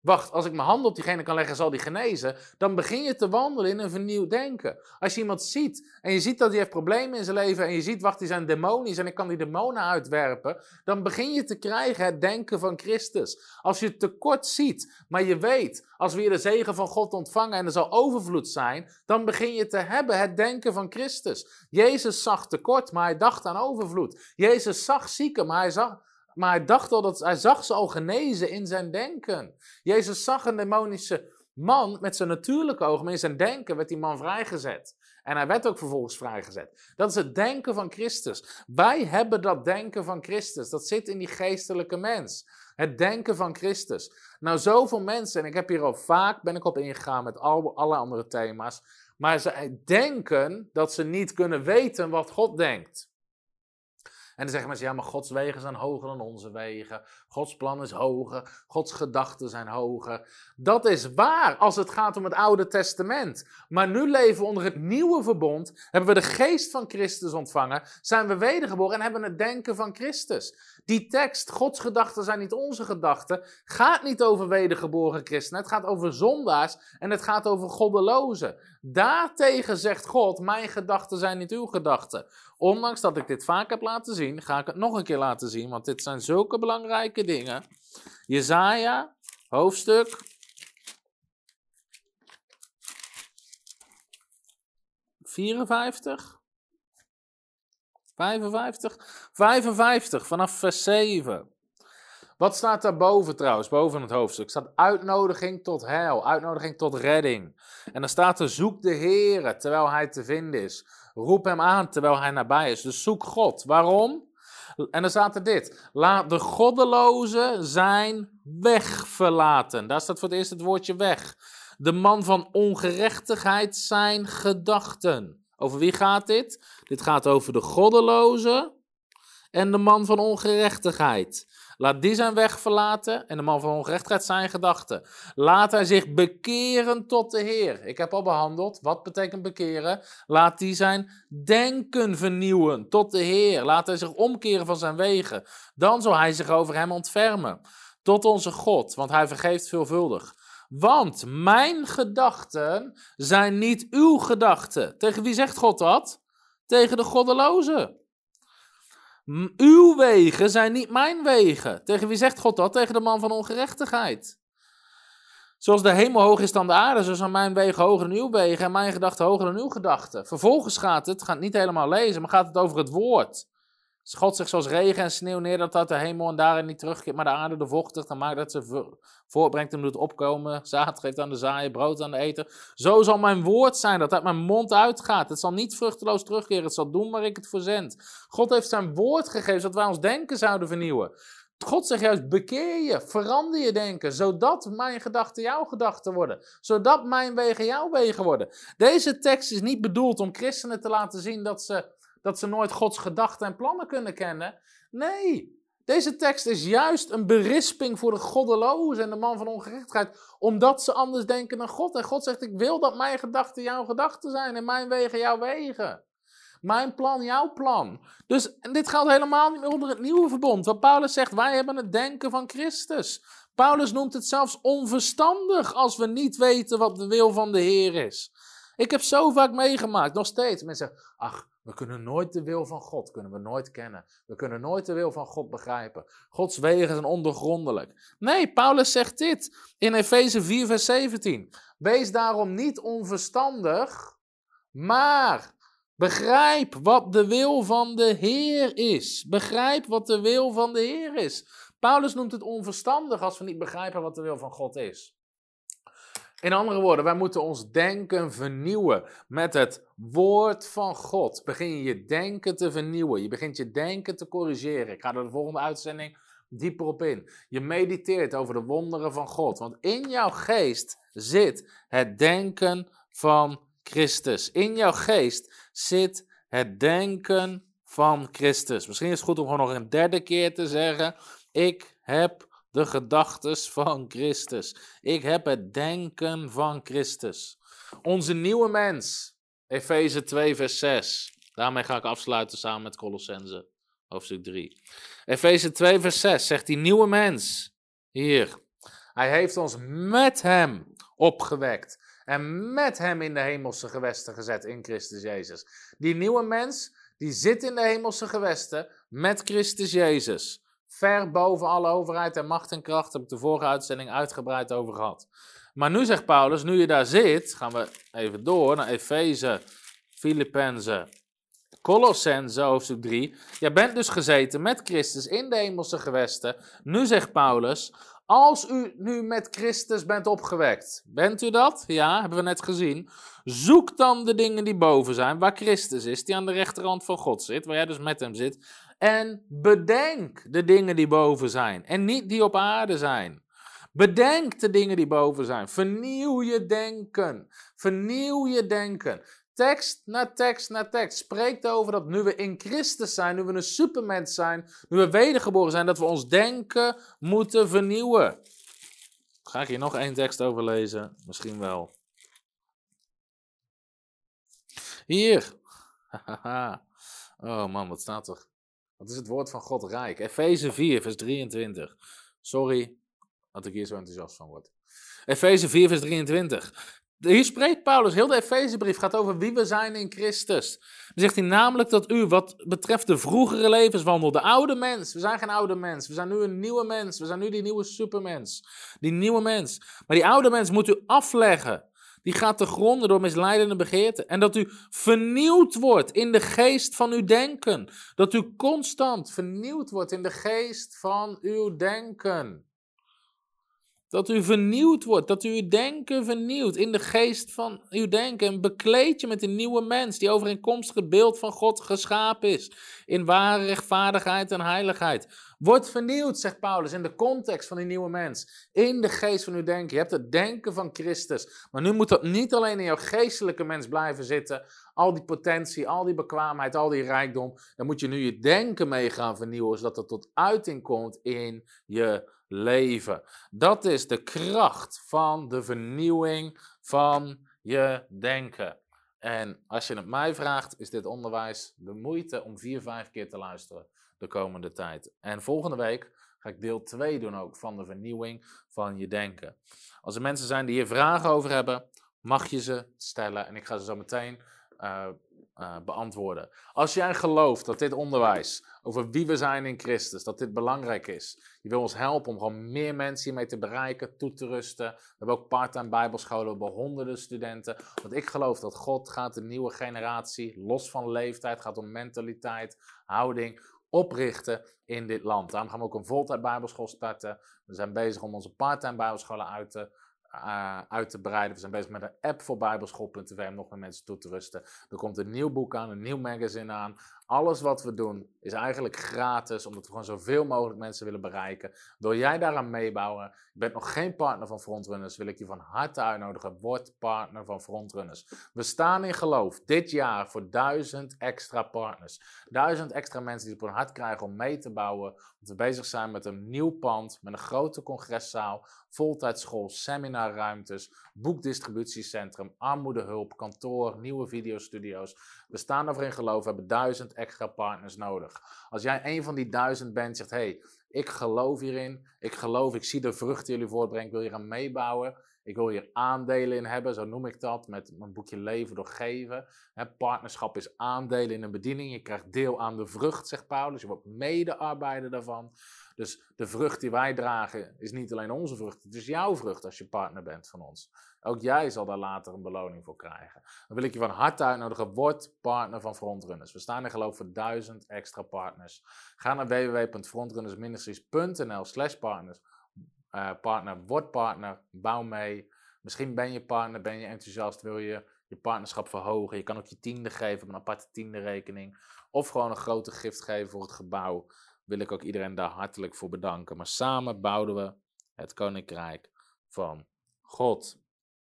Wacht, als ik mijn hand op diegene kan leggen, zal die genezen. Dan begin je te wandelen in een vernieuwd denken. Als je iemand ziet en je ziet dat hij heeft problemen in zijn leven en je ziet, wacht, die zijn demonisch en ik kan die demonen uitwerpen, dan begin je te krijgen het denken van Christus. Als je tekort ziet, maar je weet, als we hier de zegen van God ontvangen en er zal overvloed zijn, dan begin je te hebben het denken van Christus. Jezus zag tekort, maar hij dacht aan overvloed. Jezus zag zieken, maar hij dacht al hij zag ze al genezen in zijn denken. Jezus zag een demonische man met zijn natuurlijke ogen, maar in zijn denken werd die man vrijgezet. En hij werd ook vervolgens vrijgezet. Dat is het denken van Christus. Wij hebben dat denken van Christus. Dat zit in die geestelijke mens. Het denken van Christus. Nou, zoveel mensen, en ik heb hier al vaak ben ik op ingegaan met alle andere thema's, maar ze denken dat ze niet kunnen weten wat God denkt. En dan zeggen mensen, ja, maar Gods wegen zijn hoger dan onze wegen. Gods plan is hoger. Gods gedachten zijn hoger. Dat is waar als het gaat om het Oude Testament. Maar nu leven we onder het nieuwe verbond. Hebben we de geest van Christus ontvangen. Zijn we wedergeboren en hebben we het denken van Christus. Die tekst, Gods gedachten zijn niet onze gedachten, gaat niet over wedergeboren christenen. Het gaat over zondaars en het gaat over goddelozen. Daartegen zegt God, mijn gedachten zijn niet uw gedachten. Ondanks dat ik dit vaak heb laten zien, ga ik het nog een keer laten zien, want dit zijn zulke belangrijke dingen. Jesaja, hoofdstuk 54, 55, vanaf vers 7. Wat staat daar boven trouwens, boven het hoofdstuk? Staat uitnodiging tot heil, uitnodiging tot redding. En dan staat er, zoek de Heere terwijl hij te vinden is. Roep hem aan terwijl hij nabij is. Dus zoek God. Waarom? En dan staat er dit. Laat de goddelozen zijn weg verlaten. Daar staat voor het eerst het woordje weg. De man van ongerechtigheid zijn gedachten. Over wie gaat dit? Dit gaat over de goddelozen en de man van ongerechtigheid. Laat die zijn weg verlaten en de man van ongerechtigheid zijn gedachten. Laat hij zich bekeren tot de Heer. Ik heb al behandeld, wat betekent bekeren? Laat die zijn denken vernieuwen tot de Heer. Laat hij zich omkeren van zijn wegen. Dan zal hij zich over hem ontfermen. Tot onze God, want hij vergeeft veelvuldig. Want mijn gedachten zijn niet uw gedachten. Tegen wie zegt God dat? Tegen de goddelozen. Uw wegen zijn niet mijn wegen. Tegen wie zegt God dat? Tegen de man van ongerechtigheid. Zoals de hemel hoog is dan de aarde, zo zijn mijn wegen hoger dan uw wegen en mijn gedachten hoger dan uw gedachten. Vervolgens gaat het niet helemaal lezen, maar gaat het over het woord. Als God zegt zoals regen en sneeuw neer dat uit de hemel en daarin niet terugkeert, maar de aarde de vochtig, dan maakt dat ze voortbrengt en doet opkomen, zaad geeft aan de zaaien, brood aan de eten. Zo zal mijn woord zijn dat uit mijn mond uitgaat. Het zal niet vruchteloos terugkeren, het zal doen waar ik het voor zend. God heeft zijn woord gegeven, zodat wij ons denken zouden vernieuwen. God zegt juist, bekeer je, verander je denken, zodat mijn gedachten jouw gedachten worden. Zodat mijn wegen jouw wegen worden. Deze tekst is niet bedoeld om christenen te laten zien dat ze nooit Gods gedachten en plannen kunnen kennen. Nee, deze tekst is juist een berisping voor de goddeloze en de man van ongerechtigheid, omdat ze anders denken dan God. En God zegt, ik wil dat mijn gedachten jouw gedachten zijn en mijn wegen jouw wegen. Mijn plan, jouw plan. Dus en dit geldt helemaal niet meer onder het nieuwe verbond. Wat Paulus zegt, wij hebben het denken van Christus. Paulus noemt het zelfs onverstandig als we niet weten wat de wil van de Heer is. Ik heb zo vaak meegemaakt, nog steeds. Mensen zeggen, ach, we kunnen nooit de wil van God, kunnen we nooit kennen. We kunnen nooit de wil van God begrijpen. Gods wegen zijn ondoorgrondelijk. Nee, Paulus zegt dit in Efeze 4 vers 17. Wees daarom niet onverstandig, maar begrijp wat de wil van de Heer is. Begrijp wat de wil van de Heer is. Paulus noemt het onverstandig als we niet begrijpen wat de wil van God is. In andere woorden, wij moeten ons denken vernieuwen met het woord van God. Begin je je denken te vernieuwen. Je begint je denken te corrigeren. Ik ga er de volgende uitzending dieper op in. Je mediteert over de wonderen van God. Want in jouw geest zit het denken van Christus. In jouw geest zit het denken van Christus. Misschien is het goed om gewoon nog een derde keer te zeggen. Ik heb de gedachtes van Christus. Ik heb het denken van Christus. Onze nieuwe mens. Efeze 2 vers 6. Daarmee ga ik afsluiten samen met Colossenzen. Hoofdstuk 3. Efeze 2 vers 6 zegt die nieuwe mens. Hier. Hij heeft ons met hem opgewekt. En met hem in de hemelse gewesten gezet in Christus Jezus. Die nieuwe mens, die zit in de hemelse gewesten met Christus Jezus. Ver boven alle overheid en macht en kracht. Daar heb ik de vorige uitzending uitgebreid over gehad. Maar nu zegt Paulus, nu je daar zit, gaan we even door naar Efeze, Filippenzen, Colossenzen, hoofdstuk 3. Jij bent dus gezeten met Christus in de hemelse gewesten. Nu zegt Paulus, als u nu met Christus bent opgewekt. Bent u dat? Ja, hebben we net gezien. Zoek dan de dingen die boven zijn, waar Christus is, die aan de rechterhand van God zit, waar jij dus met hem zit. En bedenk de dingen die boven zijn en niet die op aarde zijn. Bedenk de dingen die boven zijn. Vernieuw je denken. Vernieuw je denken. Tekst na tekst na tekst spreekt over dat nu we in Christus zijn, nu we een supermens zijn, nu we wedergeboren zijn, dat we ons denken moeten vernieuwen. Ga ik hier nog één tekst over lezen? Misschien wel. Hier. Oh man, wat staat er? Wat is het woord van God rijk? Efeze 4, vers 23. Sorry dat ik hier zo enthousiast van word. Efeze 4, vers 23. Hier spreekt Paulus, heel de Efezebrief gaat over wie we zijn in Christus. Dan zegt hij namelijk dat u, wat betreft de vroegere levenswandel, de oude mens, we zijn geen oude mens, we zijn nu een nieuwe mens, we zijn nu die nieuwe supermens, die nieuwe mens. Maar die oude mens moet u afleggen. Die gaat te gronden door misleidende begeerten. En dat u vernieuwd wordt in de geest van uw denken. Dat u constant vernieuwd wordt in de geest van uw denken. Dat u vernieuwd wordt, dat u uw denken vernieuwt in de geest van uw denken. En bekleed je met een nieuwe mens die overeenkomstig het beeld van God geschapen is. In ware rechtvaardigheid en heiligheid. Word vernieuwd, zegt Paulus, in de context van die nieuwe mens. In de geest van uw denken. Je hebt het denken van Christus. Maar nu moet dat niet alleen in jouw geestelijke mens blijven zitten. Al die potentie, al die bekwaamheid, al die rijkdom. Dan moet je nu je denken mee gaan vernieuwen, zodat het tot uiting komt in je leven. Dat is de kracht van de vernieuwing van je denken. En als je het mij vraagt, is dit onderwijs de moeite om 4-5 keer te luisteren de komende tijd. En volgende week ga ik deel 2 doen ook van de vernieuwing van je denken. Als er mensen zijn die hier vragen over hebben, mag je ze stellen en ik ga ze zo meteen beantwoorden. Als jij gelooft dat dit onderwijs over wie we zijn in Christus, dat dit belangrijk is. Je wil ons helpen om gewoon meer mensen hiermee te bereiken, toe te rusten. We hebben ook part-time bijbelscholen, we hebben honderden studenten. Want ik geloof dat God gaat de nieuwe generatie, los van leeftijd, gaat om mentaliteit, houding, oprichten in dit land. Daarom gaan we ook een voltijd bijbelschool starten. We zijn bezig om onze part-time bijbelscholen uit te breiden. We zijn bezig met een app voor bijbelschool.tv om nog meer mensen toe te rusten. Er komt een nieuw boek aan, een nieuw magazine aan. Alles wat we doen is eigenlijk gratis, omdat we gewoon zoveel mogelijk mensen willen bereiken. Wil jij daaraan meebouwen? Je bent nog geen partner van Frontrunners, wil ik je van harte uitnodigen. Word partner van Frontrunners. We staan in geloof dit jaar voor 1000 extra partners. 1000 extra mensen die op hun hart krijgen om mee te bouwen. Want we bezig zijn met een nieuw pand, met een grote congreszaal, voltijdschool, seminarruimtes, boekdistributiecentrum, armoedehulp, kantoor, nieuwe videostudio's. We staan daarvoor in geloof, we hebben 1000 extra partners nodig. Als jij een van die 1000 bent, zegt, hey, ik geloof hierin, ik zie de vruchten die jullie voortbrengen, ik wil hier aan meebouwen, ik wil hier aandelen in hebben, zo noem ik dat, met mijn boekje Leven door Geven. Partnerschap is aandelen in een bediening, je krijgt deel aan de vrucht, zegt Paulus, je wordt medearbeider daarvan. Dus de vrucht die wij dragen is niet alleen onze vrucht, het is jouw vrucht als je partner bent van ons. Ook jij zal daar later een beloning voor krijgen. Dan wil ik je van harte uitnodigen, word partner van Frontrunners. We staan in geloof voor 1000 extra partners. Ga naar www.frontrunnersministries.nl/partners. Partner, word partner, bouw mee. Misschien ben je partner, ben je enthousiast, wil je je partnerschap verhogen. Je kan ook je tiende geven op een aparte tienderekening. Of gewoon een grote gift geven voor het gebouw. Wil ik ook iedereen daar hartelijk voor bedanken. Maar samen bouwen we het Koninkrijk van God.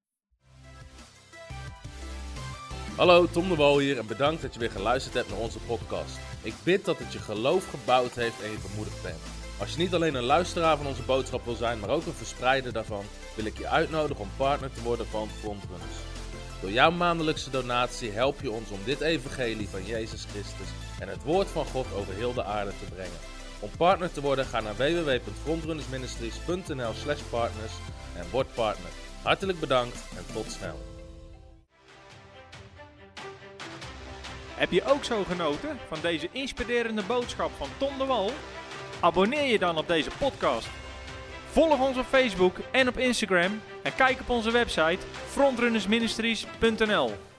Hallo, Tom de Wal hier en bedankt dat je weer geluisterd hebt naar onze podcast. Ik bid dat het je geloof gebouwd heeft en je bemoedigd bent. Als je niet alleen een luisteraar van onze boodschap wil zijn, maar ook een verspreider daarvan, wil ik je uitnodigen om partner te worden van Frontrunners. Door jouw maandelijkse donatie help je ons om dit evangelie van Jezus Christus en het woord van God over heel de aarde te brengen. Om partner te worden, ga naar www.frontrunnersministries.nl/partners en word partner. Hartelijk bedankt en tot snel. Heb je ook zo genoten van deze inspirerende boodschap van Tom de Wal? Abonneer je dan op deze podcast. Volg ons op Facebook en op Instagram en kijk op onze website frontrunnersministries.nl.